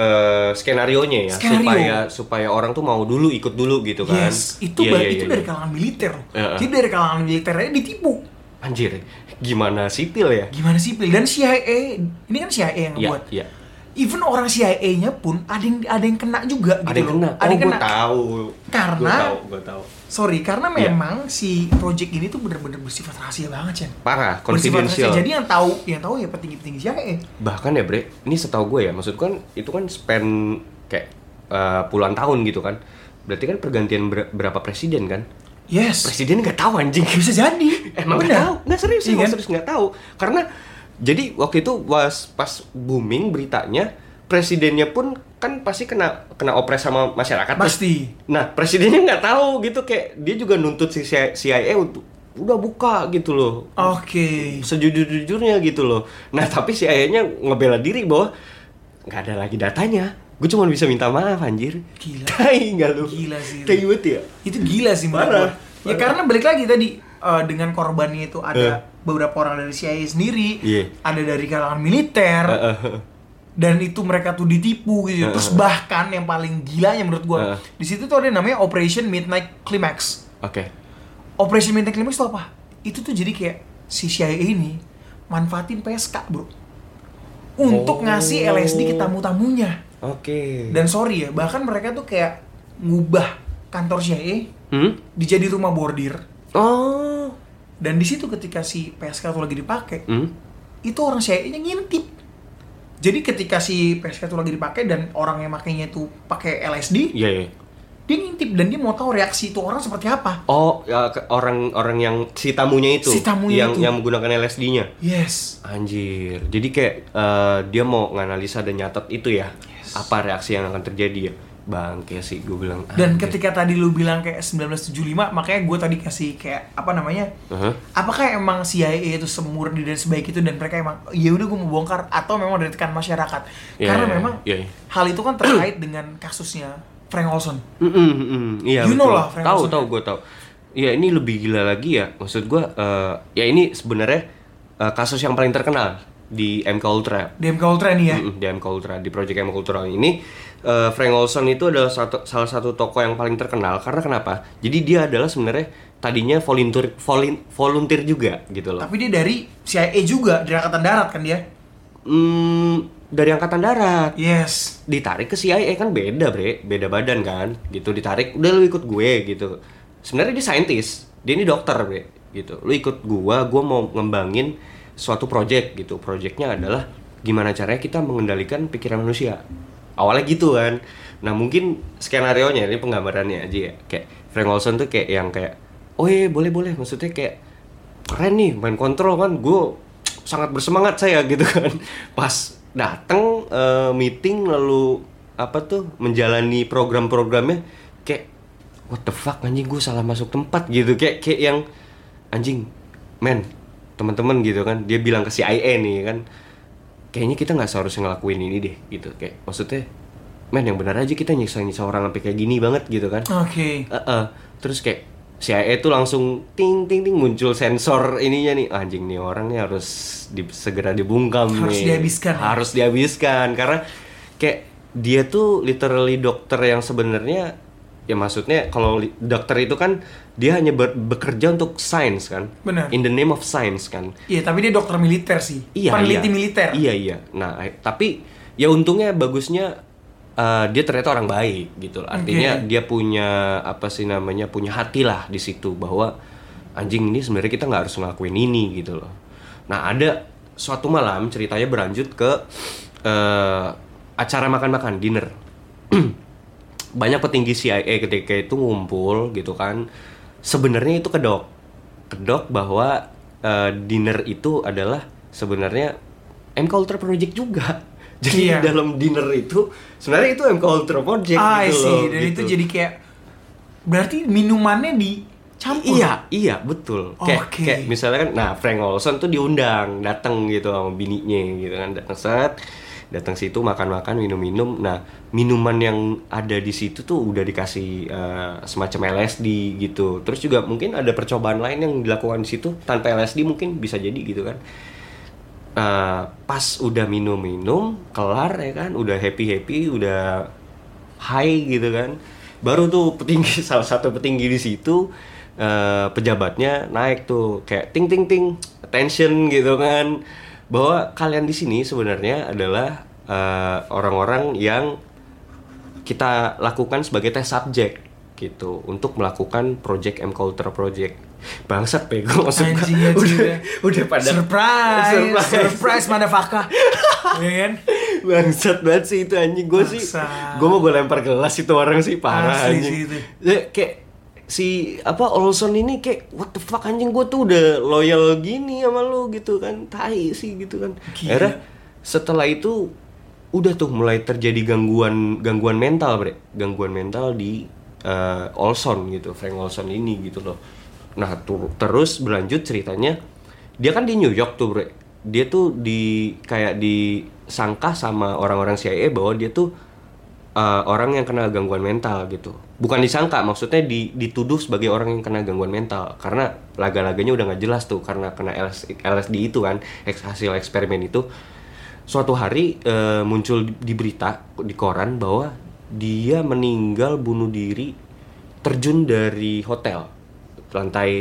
Eh skenario-nya ya, Skenario. supaya supaya orang tuh mau dulu ikut dulu gitu kan. Yes, itu Iya, ba- iya, itu iya, dari iya. kalangan militer. Iya, iya. Jadi dari kalangan militernya ditipu. Anjir, gimana sipil ya? Gimana sipil dan C I A ini kan C I A yang Iya, buat. iya. Even orang C I A-nya pun ada yang ada yang kena juga gitu Ada yang loh. kena. Ada Oh, yang gue kena. tahu. Karena- Gue tahu, gue tahu. Sorry, karena Iya. memang si project ini tuh bener-bener bersifat rahasia banget, Chen. Parah, Bersifat confidential. rahasia. Jadi yang tahu, yang tahu ya petinggi-petinggi C I A. Bahkan ya Bre, ini setahu gue ya, maksud kan itu kan span kayak eh, puluhan tahun gitu kan. Berarti kan pergantian ber- berapa presiden kan? Yes. Presiden nggak tahu anjing. Bisa jadi. Emang nggak Bener. tahu, nggak serius sih, Iya kan? serius nggak tahu. Karena jadi waktu itu was pas booming beritanya, presidennya pun kan pasti kena kena opres sama masyarakat. tuh. Pasti. Nah presidennya nggak tahu gitu, kayak dia juga nuntut si C I A untuk udah buka gitu loh, Oke. sejujur-jujurnya gitu loh. Nah tapi C I A-nya ngebela diri bahwa nggak ada lagi datanya. Gue cuma bisa minta maaf anjir. Gila. Tai nggak lu? Gila sih itu. Tai banget ya. Itu gila sih menurut Parah, gua. Ya parah. karena balik lagi tadi eh, dengan korbannya itu ada Eh. beberapa orang dari C I A sendiri, Iya. ada dari kalangan militer. Eh, eh, eh. Dan itu mereka tuh ditipu gitu. Heeh. Terus bahkan yang paling gilanya menurut gua, Heeh. di situ tuh ada namanya Operation Midnight Climax. Oke. Operation Midnight Climax itu apa? Itu tuh jadi kayak si C I A ini manfaatin P S K, Bro. Untuk Oh. ngasih L S D ke tamu-tamunya. Oke. Dan sorry ya, bahkan mereka tuh kayak ngubah kantor C I A Hmm? dijadi rumah bordir. Oh. Dan di situ ketika si P S K tuh lagi dipakai, Hmm? itu orang C I A-nya ngintip. Jadi ketika si P S K itu lagi dipakai dan orang yang makainya itu pakai L S D, Iya, iya. dia ngintip dan dia mau tahu reaksi itu orang seperti apa. Oh, ya, ke- orang-orang yang si tamunya itu, Si tamunya yang itu. yang menggunakan L S D-nya. Yes. Anjir. Jadi kayak eh, dia mau nganalisa dan nyatet itu ya. Yes. Apa reaksi yang akan terjadi ya? Bangke sih gue bilang. Dan anjir. ketika tadi lu bilang kayak sembilan belas tujuh puluh lima, makanya gue tadi kasih kayak apa namanya? Uh-huh. Apakah emang C I A itu semurni dan sebaik itu dan mereka emang ya udah gue mau bongkar atau memang dari tekan masyarakat? Iya, Karena iya, memang iya, iya. hal itu kan terkait dengan kasusnya Frank Olson. Mm, mm, mm, iya, You know betul. lah, Frank Tahu, Ocean. tahu, gue tahu. Iya, ini lebih gila lagi ya. Maksud gue, eh, ya ini sebenarnya eh, kasus yang paling terkenal di M K Ultra. D M K Ultra nih ya. Mm-mm, di M K Ultra, di Project M K Ultra ini, eh, Frank Olson itu adalah satu, salah satu tokoh yang paling terkenal. Karena kenapa? Jadi dia adalah sebenarnya tadinya volunteer, volun- volunteer juga gitu loh. Tapi dia dari C I A juga, dari Angkatan Darat kan dia. Hmm, dari angkatan darat. Yes. Ditarik ke C I A kan beda, Bre. Beda badan kan. Gitu ditarik, udah lu ikut gue gitu. Sebenarnya dia saintis, dia ini dokter, Bre. Gitu. Lu ikut gua, gua mau ngembangin suatu project gitu. Projectnya adalah gimana caranya kita mengendalikan pikiran manusia. Awalnya gitu kan. Nah, mungkin skenario-nya ini penggambarannya aja ya. Kayak Frank Olson tuh kayak yang kayak, "Oh iya, boleh-boleh." Maksudnya kayak keren nih main kontrol kan. Gue sangat bersemangat saya gitu kan. Pas datang uh, meeting lalu apa tuh menjalani program-programnya kayak what the fuck anjing, gue salah masuk tempat gitu. Kayak kayak yang anjing, men, teman-teman gitu kan. Dia bilang ke C I A nih kan, kayaknya kita nggak seharusnya ngelakuin ini deh gitu. Kayak maksudnya, men, yang benar aja kita nyiksa-nyiksa orang sampai kayak gini banget gitu kan. Oke. Okay. Uh-uh. Terus kayak C I A tuh langsung ting ting ting muncul sensor ininya nih, anjing nih orang nih harus di, segera dibungkam harus nih. dihabiskan. Harus ya? dihabiskan karena kayak dia tuh literally dokter yang sebenarnya ya maksudnya kalau dokter itu kan dia hanya ber- bekerja untuk sains kan. Benar. In the name of science kan. Iya, tapi dia dokter militer sih. Iya, peneliti iya. militer. Iya iya. Nah, eh, tapi ya untungnya bagusnya uh, dia ternyata orang baik gitu. Artinya okay. dia punya apa sih namanya punya hati lah di situ bahwa anjing ini sebenarnya kita nggak harus ngelakuin ini gitu loh. Nah, ada suatu malam ceritanya berlanjut ke uh, acara makan-makan dinner. Banyak petinggi C I A ketika itu ngumpul gitu kan. Sebenarnya itu kedok. Kedok bahwa uh, dinner itu adalah sebenarnya M-Culture Project juga. Jadi iya. dalam dinner itu sebenarnya itu M-Culture Project ah, gitu loh. Dan gitu. itu jadi kayak berarti minumannya dicampur. Iya, iya betul. Kayak okay. kayak misalnya kan nah Frank Olson tuh diundang, datang gitu sama bininya gitu kan, datang set datang situ makan-makan minum-minum. Nah minuman yang ada di situ tuh udah dikasih uh, semacam L S D gitu. Terus juga mungkin ada percobaan lain yang dilakukan di situ tanpa L S D mungkin bisa jadi gitu kan. Uh, pas udah minum-minum kelar ya kan, udah happy-happy, udah high gitu kan, baru tuh petinggi salah satu petinggi di situ uh, pejabatnya naik tuh kayak ting ting ting attention gitu kan. Bahwa kalian di sini sebenarnya adalah uh, orang-orang yang kita lakukan sebagai test subject gitu untuk melakukan project M-Culture Project. Bangsat pego maksudnya udah, udah udah pada surprise surprise, surprise motherfucker. Ya kan? Bangsat banget sih itu anjing. Gue sih gue mau gue lempar gelas itu orang sih parah anjing. Ya, kayak si apa Olson ini kayak what the fuck anjing, gue tuh udah loyal gini sama lo gitu kan, tai sih gitu kan. Akhirnya setelah itu udah tuh mulai terjadi gangguan gangguan mental bre, gangguan mental di uh, Olson gitu, Frank Olson ini gitu loh. Nah tuh terus berlanjut ceritanya, dia kan di New York tuh bre, dia tuh di kayak disangka sama orang-orang C I A bahwa dia tuh uh, orang yang kena gangguan mental gitu. Bukan disangka, maksudnya di, dituduh sebagai orang yang kena gangguan mental karena laga-laganya udah nggak jelas tuh karena kena L S D itu kan, hasil eksperimen itu. Suatu hari uh, muncul di, di berita di koran bahwa dia meninggal bunuh diri terjun dari hotel lantai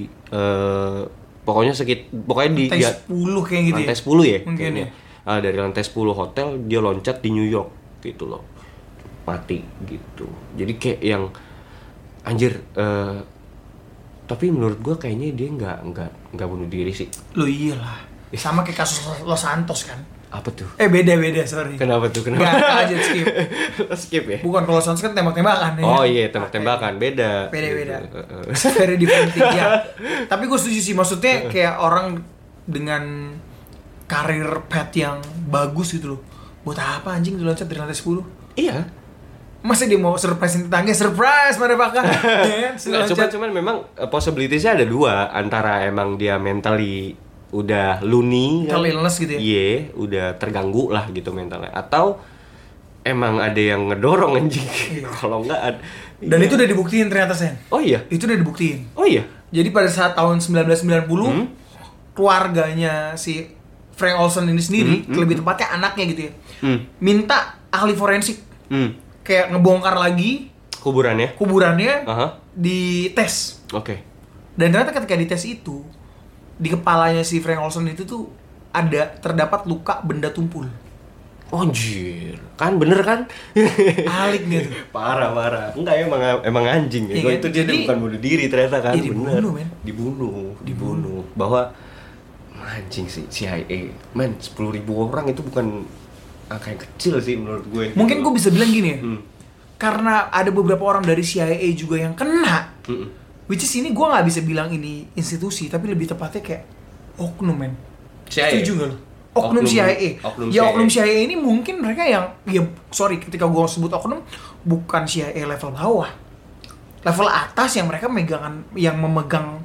uh, pokoknya sekit pokoknya di lantai sepuluh kayak gitu. Lantai sepuluh ya. Mungkin ya. Uh, dari lantai sepuluh hotel dia loncat di New York gitu loh. Mati gitu. Jadi kayak yang anjir uh, tapi menurut gua kayaknya dia nggak nggak nggak bunuh diri sih. Lo iyalah. Sama kayak kasus Los Santos kan. Apa tuh? Eh beda-beda sorry. Kenapa tuh? Kenapa? Nggak aja skip. Skip ya? Bukan kalau Los Santos kan tembak-tembakan ya. Oh iya tembak-tembakan beda. Beda-beda. Very different thing ya. Tapi gue setuju sih, maksudnya kayak orang dengan karir path yang bagus gitu loh. Buat apa anjing diloncat dari lantai sepuluh? Iya. Masa dia mau surprise tetangga, surprise motherfucker. Ya, nah, cuman cuman memang possibilities-nya ada dua, antara emang dia mentally udah loony, mental illness gitu ya. Iya, yeah, udah terganggu lah gitu mentalnya, atau emang ada yang ngedorong anjing. Iya. Kalau enggak ada. Dan iya. Itu udah dibuktiin ternyata Sen. Oh iya. Itu udah dibuktiin. Oh iya. Jadi pada saat tahun sembilan belas sembilan puluh hmm? keluarganya si Frank Olson ini sendiri, hmm? lebih tepatnya anaknya gitu ya. Hmm. Minta ahli forensik. Hmm. Kayak ngebongkar lagi kuburannya, kuburannya uh-huh. dites. Oke. Okay. Dan ternyata ketika dites itu di kepalanya si Frank Olson itu tuh ada terdapat luka benda tumpul. Anjir, kan bener kan? Alik gitu. Parah, parah. Enggak, emang emang anjing ya. Iya Gua kan? itu dia Jadi- bukan bunuh diri ternyata kan, Iya, dibunuh, bener. men. Dibunuh, dibunuh. Bahwa anjing sih C I A. Men, sepuluh ribu orang itu bukan angka yang kecil sih menurut gue. Mungkin gue bisa bilang gini ya. Hmm. Karena ada beberapa orang dari C I A juga yang kena. Mm-mm. Which is ini gue nggak bisa bilang ini institusi, tapi lebih tepatnya kayak oknum, men. C I A. Setuju nggak lo? Oknum, Oknum- C I A. oknum Ya C I A. oknum C I A ini mungkin mereka yang, ya sorry ketika gue sebut oknum, bukan C I A level bawah, level atas yang mereka megangan, yang memegang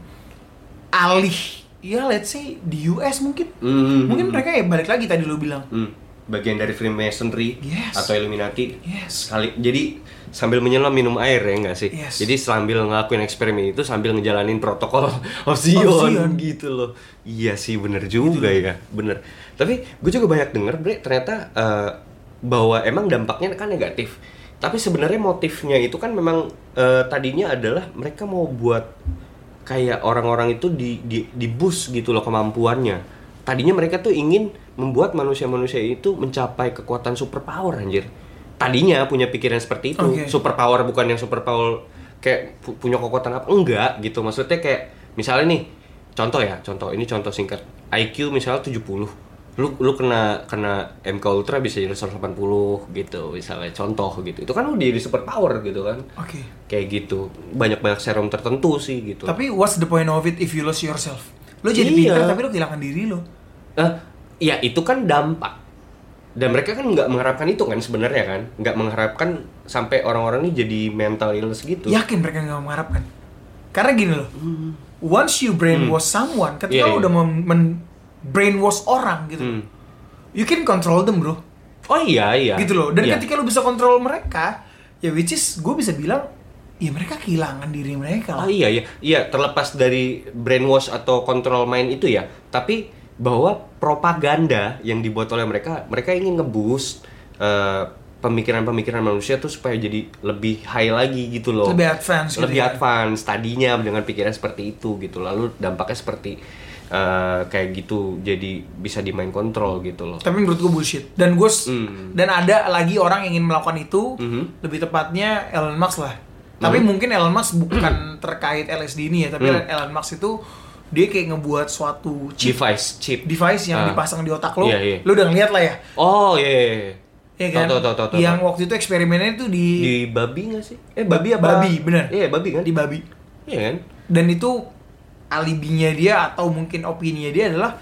alih, ya let's say di U S mungkin. Mm-hmm. Mungkin mereka ya balik lagi tadi lo bilang. Hmm. Bagian dari Freemasonry Yes. atau Illuminati. Yes. Sekali, jadi sambil menyelam minum air ya nggak sih? Yes. Jadi sambil ngelakuin eksperimen itu sambil ngejalanin protokol of Zion, Of Zion. gitu loh. Iya sih bener juga ya, bener. Tapi gue juga banyak denger bre ternyata eh, bahwa emang dampaknya kan negatif. Tapi sebenarnya motifnya itu kan memang eh, tadinya adalah mereka mau buat kayak orang-orang itu di di di boost gitu loh kemampuannya. Tadinya mereka tuh ingin membuat manusia-manusia itu mencapai kekuatan superpower anjir. Tadinya punya pikiran seperti itu. Oke. Superpower bukan yang superpower kayak pu- punya kekuatan apa, enggak gitu. Maksudnya kayak misalnya nih, contoh ya, contoh ini contoh singkat. I Q misalnya tujuh puluh. Lu lu kena kena M K Ultra bisa jadi seratus delapan puluh gitu misalnya, contoh gitu. Itu kan udah jadi superpower gitu kan. Oke. Kayak gitu. Banyak-banyak serum tertentu sih gitu. Tapi what's the point of it if you lose yourself? Lo jadi Iya. pintar tapi lo kehilangan diri lo. Eh, ya itu kan dampak. Dan mereka kan nggak mengharapkan itu kan sebenarnya kan, nggak mengharapkan sampai orang-orang ini jadi mental illness gitu. Yakin mereka nggak mengharapkan. Karena gini loh, once you brainwash someone, ketika Iya, lo iya. udah mem- men- brainwash orang gitu, Hmm. you can control them bro, Oh iya iya. gitu loh. Dan Iya. ketika lo bisa kontrol mereka, ya which is gue bisa bilang, ya mereka kehilangan diri mereka Oh lah. iya iya, iya terlepas dari brainwash atau control mind itu ya, tapi bahwa propaganda yang dibuat oleh mereka, mereka ingin nge-boost eh, pemikiran-pemikiran manusia tuh supaya jadi lebih high lagi gitu loh. Lebih advance gitu Lebih ya. advance tadinya dengan pikiran seperti itu gitu. Lalu dampaknya seperti eh, kayak gitu, jadi bisa di mind control gitu loh. Tapi menurut gue bullshit. Dan gue s- Hmm. dan ada lagi orang yang ingin melakukan itu, Mhm. lebih tepatnya Elon Musk lah. Tapi mungkin Elon Musk bukan terkait L S D ini ya, tapi Hmm. Elon Musk itu dia kayak ngebuat suatu chip Device, chip. device yang Ah. dipasang di otak lo. Iya, iya. Lo udah ngeliat lah ya. Oh iya. iya, iya. Ya kan? Tahu, tahu, tahu, tahu, yang tahu. waktu itu eksperimennya itu di, Di babi nggak sih? Eh babi apa? Babi, bener. Iya babi kan? di babi. Iya kan? Dan itu alibinya dia atau mungkin opininya dia adalah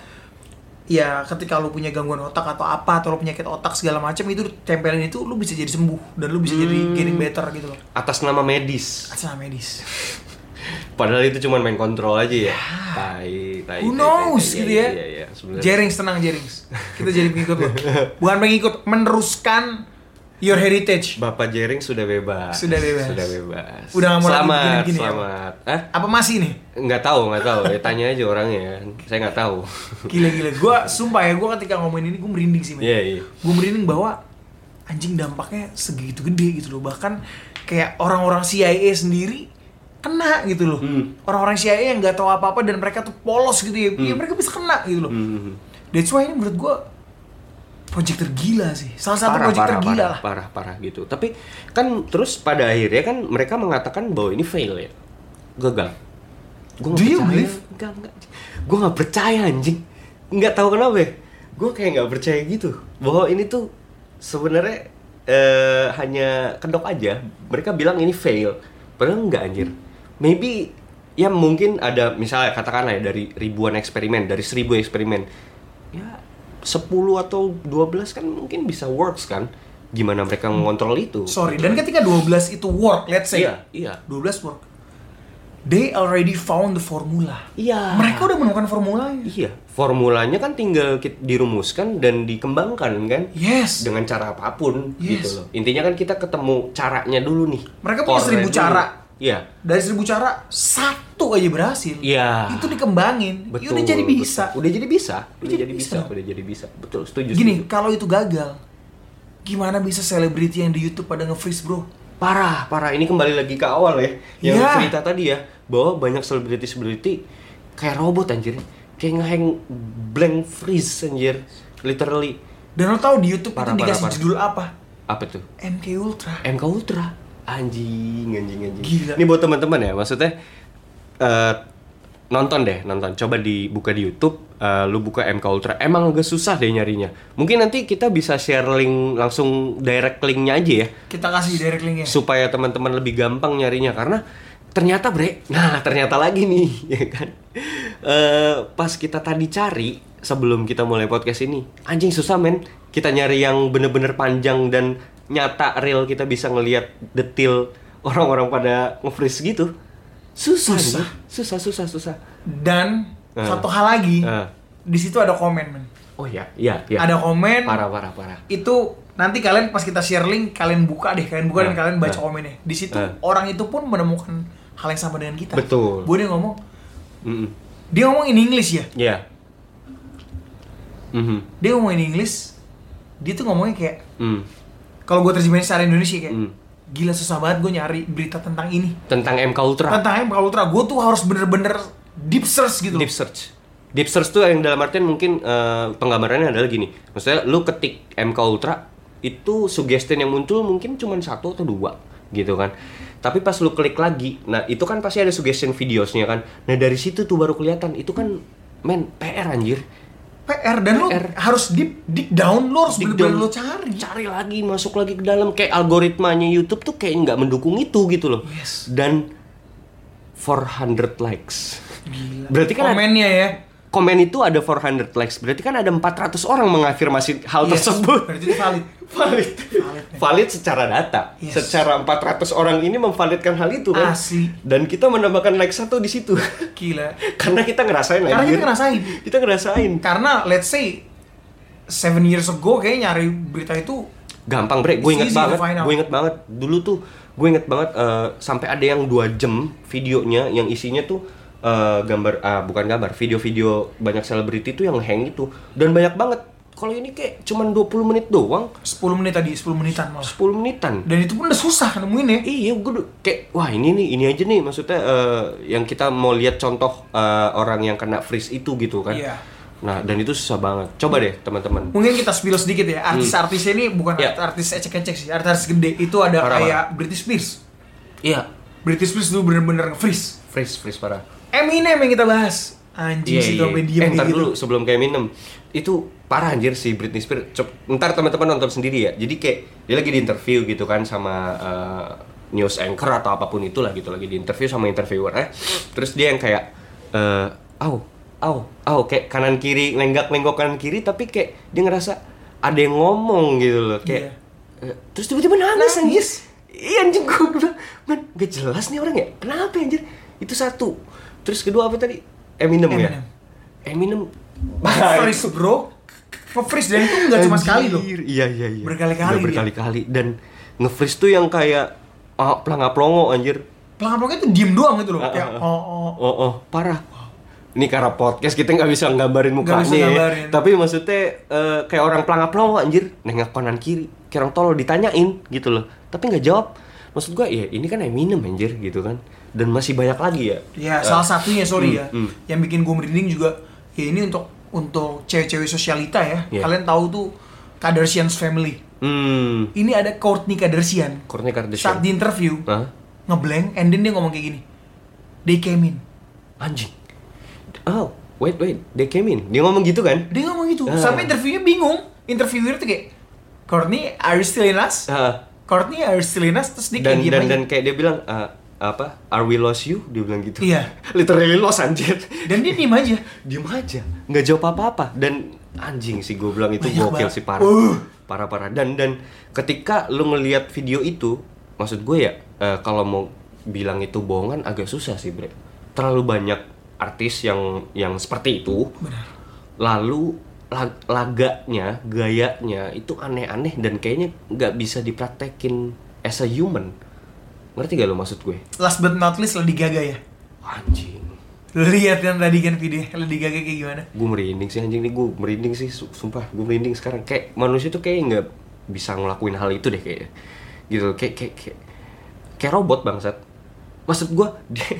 ya ketika lu punya gangguan otak atau apa atau lu penyakit otak segala macam itu tempelin itu lu bisa jadi sembuh dan lu bisa jadi Hmm. getting better gitu loh. Atas nama medis. Atas nama medis. Padahal itu cuma main kontrol aja ya. Tai, tai. Who tai, knows tai, tai. gitu Iya, ya. Iya, iya, sebenarnya. Jerings tenang Jerings. Kita jadi pengikut lo. Bukan pengikut, meneruskan your heritage. Bapak Jering sudah bebas. Sudah bebas. Sudah bebas. Udah nggak mau lagi selamat, begini-begini ya, selamat. Hah? Apa masih nih? Nggak tahu, nggak tahu. Ya, tanya aja orangnya. Saya nggak tahu. Gila-gila. Gua sumpah ya, gua ketika ngomongin ini gua merinding sih, men. Iya, iya. Gue merinding bahwa anjing dampaknya segitu gede gitu loh. Bahkan kayak orang-orang C I A sendiri kena gitu loh. Hmm. Orang-orang C I A yang nggak tahu apa-apa dan mereka tuh polos gitu ya. Ya mereka bisa kena gitu loh. Hmm. That's why ini menurut gue project tergila sih. Salah satu Parah, project parah, tergila parah, lah. parah, parah gitu. Tapi kan terus pada akhirnya kan mereka mengatakan bahwa ini fail ya, gagal. Gua nggak Do you percaya. believe? Enggak, enggak. Gue nggak percaya anjing. Nggak tahu kenapa. Ya. Gue kayak nggak percaya gitu bahwa ini tuh sebenarnya eh, hanya kedok aja. Mereka bilang ini fail, padahal enggak anjir. Maybe ya mungkin ada misalnya katakanlah ya dari ribuan eksperimen, dari seribu eksperimen, ya sepuluh atau dua belas kan mungkin bisa works kan. Gimana mereka mengontrol itu? Sorry, dan ketika dua belas itu work, let's say. Iya, iya. dua belas work. They already found the formula. Iya. Mereka udah menemukan formulanya. Iya, formulanya kan tinggal kit- dirumuskan dan dikembangkan kan. Yes. Dengan cara apapun Yes. gitu loh. Intinya kan kita ketemu caranya dulu nih. Mereka punya Core-nya seribu dulu. cara. Iya. Dari seribu cara, satu aja berhasil. Iya. Itu dikembangin. Betul. Ya udah jadi bisa. betul. Udah jadi bisa. Udah jadi jadi bisa. bisa. Udah jadi bisa. Betul, setuju. Gini, setuju. kalau itu gagal, gimana bisa selebriti yang di YouTube pada nge-freeze, bro? Parah, parah. Ini kembali lagi ke awal ya. Yang Iya. cerita tadi ya, bahwa banyak selebriti-selebriti kayak robot anjir. Kayak ngehang blank freeze anjir. Literally. Dan lo tau di YouTube Parah, itu dikasih parah, judul apa? Apa tuh? M K Ultra. M K Ultra. Anjing, anjing, anjing. Gila. Ini buat teman-teman ya, maksudnya uh, nonton deh, nonton. Coba dibuka di YouTube, uh, lu buka M K Ultra. Emang agak susah deh nyarinya. Mungkin nanti kita bisa share link langsung direct linknya aja ya. Kita kasih direct linknya. Supaya teman-teman lebih gampang nyarinya karena ternyata bre, nah ternyata lagi nih, ya kan? Uh, pas kita tadi cari sebelum kita mulai podcast ini, anjing susah men. Kita nyari yang bener-bener panjang dan nyata real kita bisa ngelihat detail orang-orang pada nge-freeze gitu. Susah, Susah. susah, susah, susah. Dan Uh. satu hal lagi, Uh. di situ ada komen, men. Oh ya, iya, iya. Ada komen. Parah, parah, parah. Itu nanti kalian pas kita share link, kalian buka deh, kalian buka Uh. dan kalian baca Uh. komennya. Di situ Uh. orang itu pun menemukan hal yang sama dengan kita. Betul. Gue dia ngomong, Mm-mm. dia ngomong in English ya. Iya. Mhm. Dia ngomong in English, dia tuh ngomongnya kayak, Mm. kalau gue terjemahin secara Indonesia kayak, Mm. gila susah banget gue nyari berita tentang ini. Tentang M K Ultra. Tentang M K Ultra, gue tuh harus bener-bener deep search gitu loh. Deep search. Deep search tuh yang dalam artian mungkin uh, penggambarannya adalah gini. Maksudnya lu ketik M K Ultra, itu suggestion yang muncul mungkin cuma satu atau dua gitu kan. Tapi pas lu klik lagi, nah itu kan pasti ada suggestion videosnya kan. Nah dari situ tuh baru kelihatan. Itu kan men P R anjir. P R dan lu P R. harus deep dig down, lu harus Dig bener-bener down. lu cari. Cari lagi, masuk lagi ke dalam. Kayak algoritmanya YouTube tuh kayak nggak mendukung itu gitu loh. Yes. Dan four hundred likes. Gila. Berarti kan ada- komennya ya. Komen itu ada four hundred likes, berarti kan ada empat ratus orang mengafirmasi hal Yes. tersebut. Berarti itu valid. Valid. Valid, men. Valid secara data. Yes. Secara empat ratus orang ini memvalidkan hal itu kan. Asli. Dan kita menambahkan like satu di situ. Gila. Karena kita ngerasain Karena anjir. kita ngerasain. Kita ngerasain. Karena let's say seven years ago kayak nyari berita itu Gampang bre, gue It's inget easy to banget, find out. gue inget banget dulu tuh, gue inget banget eh, sampai ada yang dua jam videonya yang isinya tuh eh, gambar, ah bukan gambar, video-video banyak selebriti tuh yang hang itu dan banyak banget. Kalau ini kayak cuman dua puluh menit doang, sepuluh menit tadi, sepuluh menitan malah. sepuluh menitan. Dan itu pun udah susah nemuin ya. Iya, gue udah kayak wah ini nih, ini aja nih maksudnya eh, yang kita mau lihat contoh eh, orang yang kena freeze itu gitu kan. Iya. Nah dan itu susah banget. Coba deh teman-teman. Mungkin kita spill sedikit ya. Artis-artisnya ini bukan Ya. artis ecek-ecek sih. Artis gede itu ada Parah, kayak Britney Spears. Iya. Britney Spears dulu bener-bener nge-freeze. Freeze, freeze parah. Eminem yang kita bahas. Anjing sih tuh sampai diem Eh, ntar gitu. dulu sebelum kayak Eminem itu parah anjir si Britney Spears. Cop, ntar teman-teman nonton sendiri ya. Jadi kayak dia lagi di interview gitu kan sama uh, news anchor atau apapun itulah gitu, lagi di interview sama interviewer eh. Terus dia yang kayak eh au, au, au kayak kanan kiri lenggak-lenggok kanan kiri tapi kayak dia ngerasa ada yang ngomong gitu loh kayak eh, terus tiba-tiba nangis, Nangis. anjir. Iya anjing gue bilang, man gak jelas nih orang ya. Kenapa anjir? Itu satu. Terus kedua apa tadi? Eminem, Eminem. ya? Eminem Freeze bro. Nge-freeze dan itu nggak cuma sekali loh. Iya iya iya. Berkali-kali Udah berkali-kali dan nge-freeze tuh yang kayak oh, pelangap-pelongo anjir. Pelanggan-pelanggan itu diem doang gitu loh. Ah, Kayak ah, ah. oh oh. Oh oh, parah. Ini karena podcast kita nggak bisa nggambarin mukanya bisa ya. nggambarin. Tapi maksudnya eh, kayak orang pelangap-pelongo anjir, nengok kanan kiri, kayak orang tolol ditanyain gitu loh. Tapi nggak jawab. Maksud gua ya ini kan Eminem anjir gitu kan. Dan masih banyak lagi ya. Ya, Eh, salah satunya sorry hmm, ya. hmm. Yang bikin gue merinding juga ya ini untuk untuk cewek-cewek sosialita ya. Yeah. Kalian tahu tuh Kardashian's family. Hmm, Ini ada Kourtney Kardashian. Kourtney Kardashian. Saat di interview Hah? ngeblank and then dia ngomong kayak gini. They came in. Anjing. Oh, wait, wait. They came in. Dia ngomong gitu kan? Dia ngomong gitu. Ah. Sampai interviewnya bingung. Interviewer tuh kayak, Kourtney, are you still in us? Ah, Kourtney, are you still in us? Terus dia dan kayak diem dan aja. dan kayak dia bilang ah, apa? Are we lost you? Dia bilang gitu. Iya. Literally lost anjir. Dan dia diem aja. Diem aja, nggak jawab apa-apa. Dan anjing sih gue bilang itu Banyak gokil banget. sih parah. Uh. Parah-parah. Dan dan ketika lu ngelihat video itu, maksud gue ya eh, kalau mau bilang itu bohongan agak susah sih, Bre. Terlalu banyak artis yang yang seperti itu. Benar. Lalu lag- laganya, gayanya itu aneh-aneh dan kayaknya nggak bisa dipraktekin as a human. Ngerti gak lo maksud gue? Last but not least Lady Gaga ya. Anjing. Lihat yang tadi kan video Lady Gaga kayak gimana? Gue merinding sih anjing nih, gue merinding sih, su- sumpah gue merinding sekarang. Kayak manusia tuh kayak nggak bisa ngelakuin hal itu deh kayaknya. Gitu, kayak kayak kayak, kayak robot bangsat. Maksud gue dia,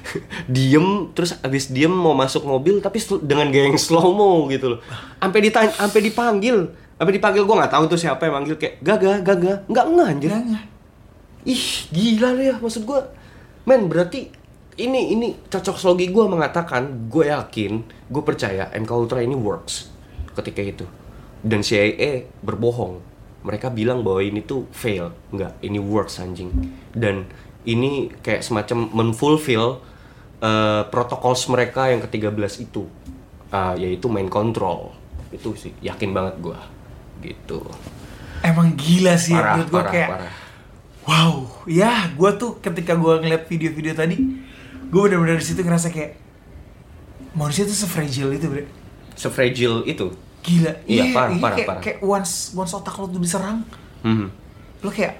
diem terus abis diem mau masuk mobil tapi sl- dengan gaya yang slow mo gitu loh. Sampai ditanya, sampai dipanggil Apa dipanggil gue nggak tahu tuh siapa yang manggil kayak Gaga, Gaga, nggak nggak anjir. Nggak, nggak. Ih gila lu ya, maksud gue, men berarti ini ini cocok logi gue mengatakan, gue yakin, gue percaya M K Ultra ini works ketika itu. Dan C I A berbohong, mereka bilang bahwa ini tuh fail, nggak, ini works anjing. Dan ini kayak semacam menfulfill uh, protokol mereka yang ke tiga belas itu, uh, yaitu mind control. Itu sih yakin banget gue gitu. Emang gila sih Parah, menurut gue parah, kayak parah. wow, ya gue tuh ketika gue ngeliat video-video tadi, gue benar-benar di situ ngerasa kayak manusia tuh se-fragile itu, bre. Se-fragile itu. Gila. Iya, parah, iya, parah, kayak, parah. kayak once once otak lo tuh diserang, Hmm. lo kayak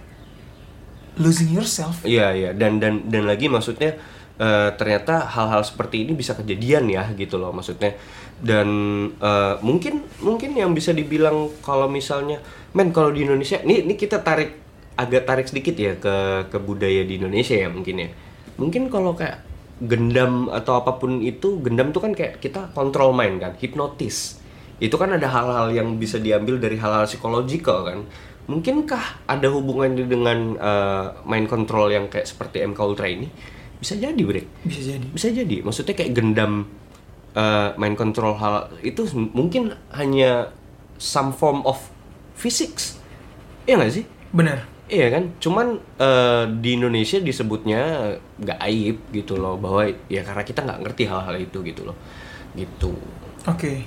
losing yourself. Iya iya, dan dan dan lagi maksudnya uh, ternyata hal-hal seperti ini bisa kejadian ya gitu loh maksudnya. Dan uh, mungkin mungkin yang bisa dibilang kalau misalnya, men kalau di Indonesia, ini ini kita tarik agak tarik sedikit ya ke ke budaya di Indonesia ya mungkin ya. Mungkin kalau kayak gendam atau apapun itu, gendam tuh kan kayak kita kontrol mind kan, hipnotis. Itu kan ada hal-hal yang bisa diambil dari hal-hal psikologikal kan. Mungkinkah ada hubungannya dengan uh, mind control yang kayak seperti M K Ultra ini? Bisa jadi, Bre. Bisa jadi. Bisa jadi. Maksudnya kayak gendam uh, mind control hal itu mungkin hanya some form of physics. Iya nggak sih? Bener. Iya kan? Cuman uh, di Indonesia disebutnya nggak aib gitu loh, bahwa ya karena kita nggak ngerti hal-hal itu gitu loh. Gitu. Oke.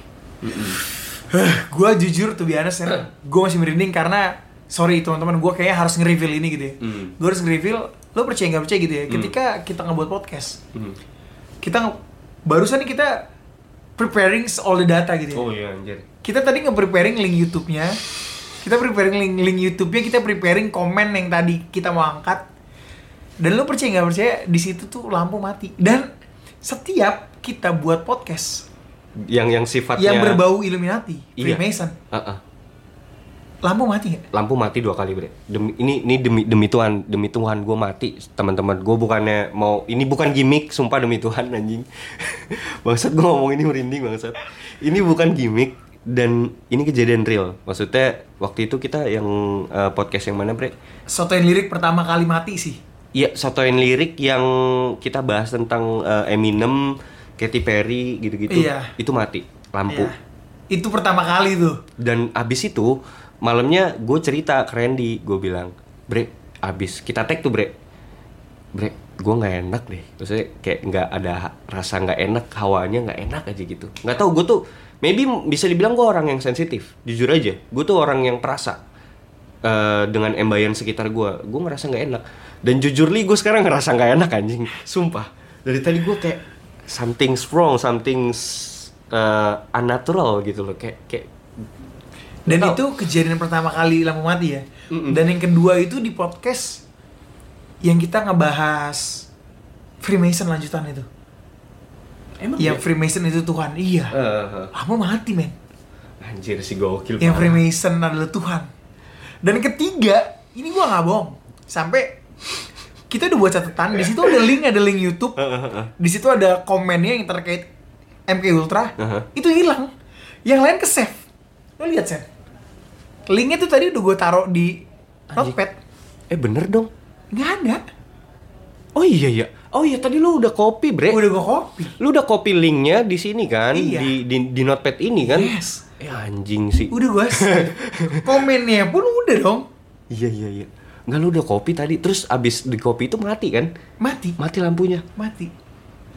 Okay. Gue jujur tuh biasa ya, gue masih merinding karena sorry teman-teman, gue kayaknya harus nge-reveal ini gitu ya. Mm. Gue harus nge-reveal, lo percaya nggak percaya gitu ya. Mm. Ketika kita ngebuat podcast, mm. kita nge- barusan nih kita preparing all the data gitu ya. Oh iya anjir. Kita tadi nge-preparing link YouTube-nya, kita preparing link link YouTube-nya, kita preparing komen yang tadi kita mau angkat. Dan lo percaya nggak percaya, di situ tuh lampu mati. Dan setiap kita buat podcast yang yang sifatnya yang berbau Illuminati, iya. Freemason, uh-uh. lampu mati nggak? Lampu mati dua kali, Bre. Demi, ini ini demi demi Tuhan, demi Tuhan gue mati, teman-teman. Gue bukannya mau, ini bukan gimmick, sumpah demi Tuhan anjing. Bangsat, gue ngomong ini merinding bangsat. Ini bukan gimmick dan ini kejadian real. Maksudnya waktu itu kita yang uh, podcast yang mana, Bre? Sotoin lirik pertama kali mati sih. Iya, sotoin lirik yang kita bahas tentang uh, Eminem, Katy Perry gitu-gitu. Iya. Itu mati lampu. Iya. Itu pertama kali tuh. Dan abis itu malamnya gue cerita ke Randy, gue bilang, Bre, abis kita tag tuh Bre, Bre, gue nggak enak deh, maksudnya kayak nggak ada rasa nggak enak, hawanya nggak enak aja gitu. Nggak tahu, gue tuh maybe bisa dibilang gue orang yang sensitif, jujur aja, gue tuh orang yang perasa uh, dengan embayan sekitar gue, gue ngerasa nggak enak. Dan jujur li, gue sekarang ngerasa nggak enak anjing, sumpah. Dari tadi gue kayak something's wrong, something's uh, unnatural gitu loh, kayak kayak Dan tau. itu kejadian pertama kali lampu mati ya. Mm-mm. Dan yang kedua itu di podcast yang kita ngebahas Freemason lanjutan itu. Emang yang ya? Freemason itu Tuhan. Iya. Uh, Lampu mati, men. Anjir si gokil. Yang parah. Freemason adalah Tuhan. Dan ketiga, ini gua nggak bohong. Sampai kita udah buat catatan. Di situ ada link, ada link YouTube. Di situ ada komennya yang terkait M K Ultra. Uh-huh. Itu hilang. Yang lain ke save. Lo lihat Sen, linknya tuh tadi udah gue taruh di notepad. Eh bener dong. Nggak ada. Oh iya iya. Oh iya tadi lu udah copy, Bre. Udah gue copy. Lu udah copy linknya di sini kan? Iya. Di, di di notepad ini kan? Yes. Eh anjing sih. Udah gue save. Komennya pun udah dong. Iya iya iya. Enggak, lu udah copy tadi, terus abis di copy itu mati kan? Mati. Mati lampunya. Mati.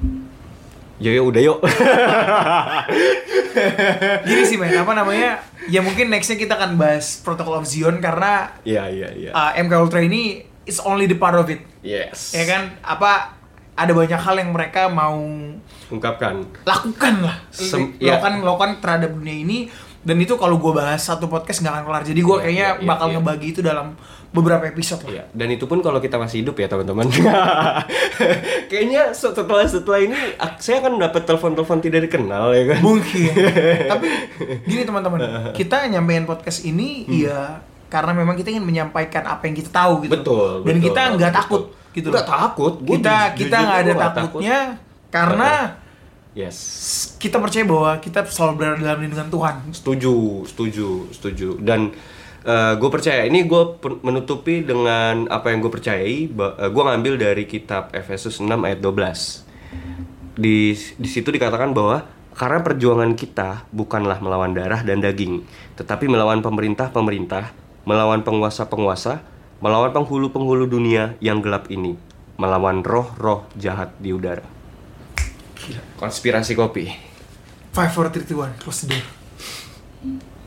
Yo yo udah yuk. Gini sih men, apa namanya? Ya mungkin nextnya kita akan bahas Protocol of Zion karena Iya iya iya. uh, M K Ultra ini is only the part of it. Yes. Ya kan? Apa ada banyak hal yang mereka mau Ungkapkan. lakukan lah. Sem- lakukan ya. lakukan terhadap dunia ini. Dan itu kalau gue bahas satu podcast nggak akan kelar. Jadi gue Iya, kayaknya iya, iya, bakal iya. ngebagi itu dalam beberapa episode lah. Iya, dan itu pun kalau kita masih hidup ya teman-teman. Kayaknya setelah setelah ini saya akan dapat telepon-telepon tidak dikenal ya kan. Mungkin. Tapi gini teman-teman, kita nyampein podcast ini hmm. ya karena memang kita ingin menyampaikan apa yang kita tahu gitu. Betul. Dan betul, kita nggak betul. takut gitu. Nggak takut. Gua Kita ju- kita jujur nggak ada gua nggak takutnya karena Yes. Kita percaya bahwa kita selalu berada dalam lindungan Tuhan. Setuju, setuju, setuju. Dan uh, gue percaya, ini gue menutupi dengan apa yang gue percayai. Uh, gue ngambil dari kitab Efesus enam ayat dua belas. Di, di situ dikatakan bahwa karena perjuangan kita bukanlah melawan darah dan daging, tetapi melawan pemerintah-pemerintah, melawan penguasa-penguasa, melawan penghulu-penghulu dunia yang gelap ini, melawan roh-roh jahat di udara. Gila. Konspirasi kopi. Five, four, three, two, one, close the door.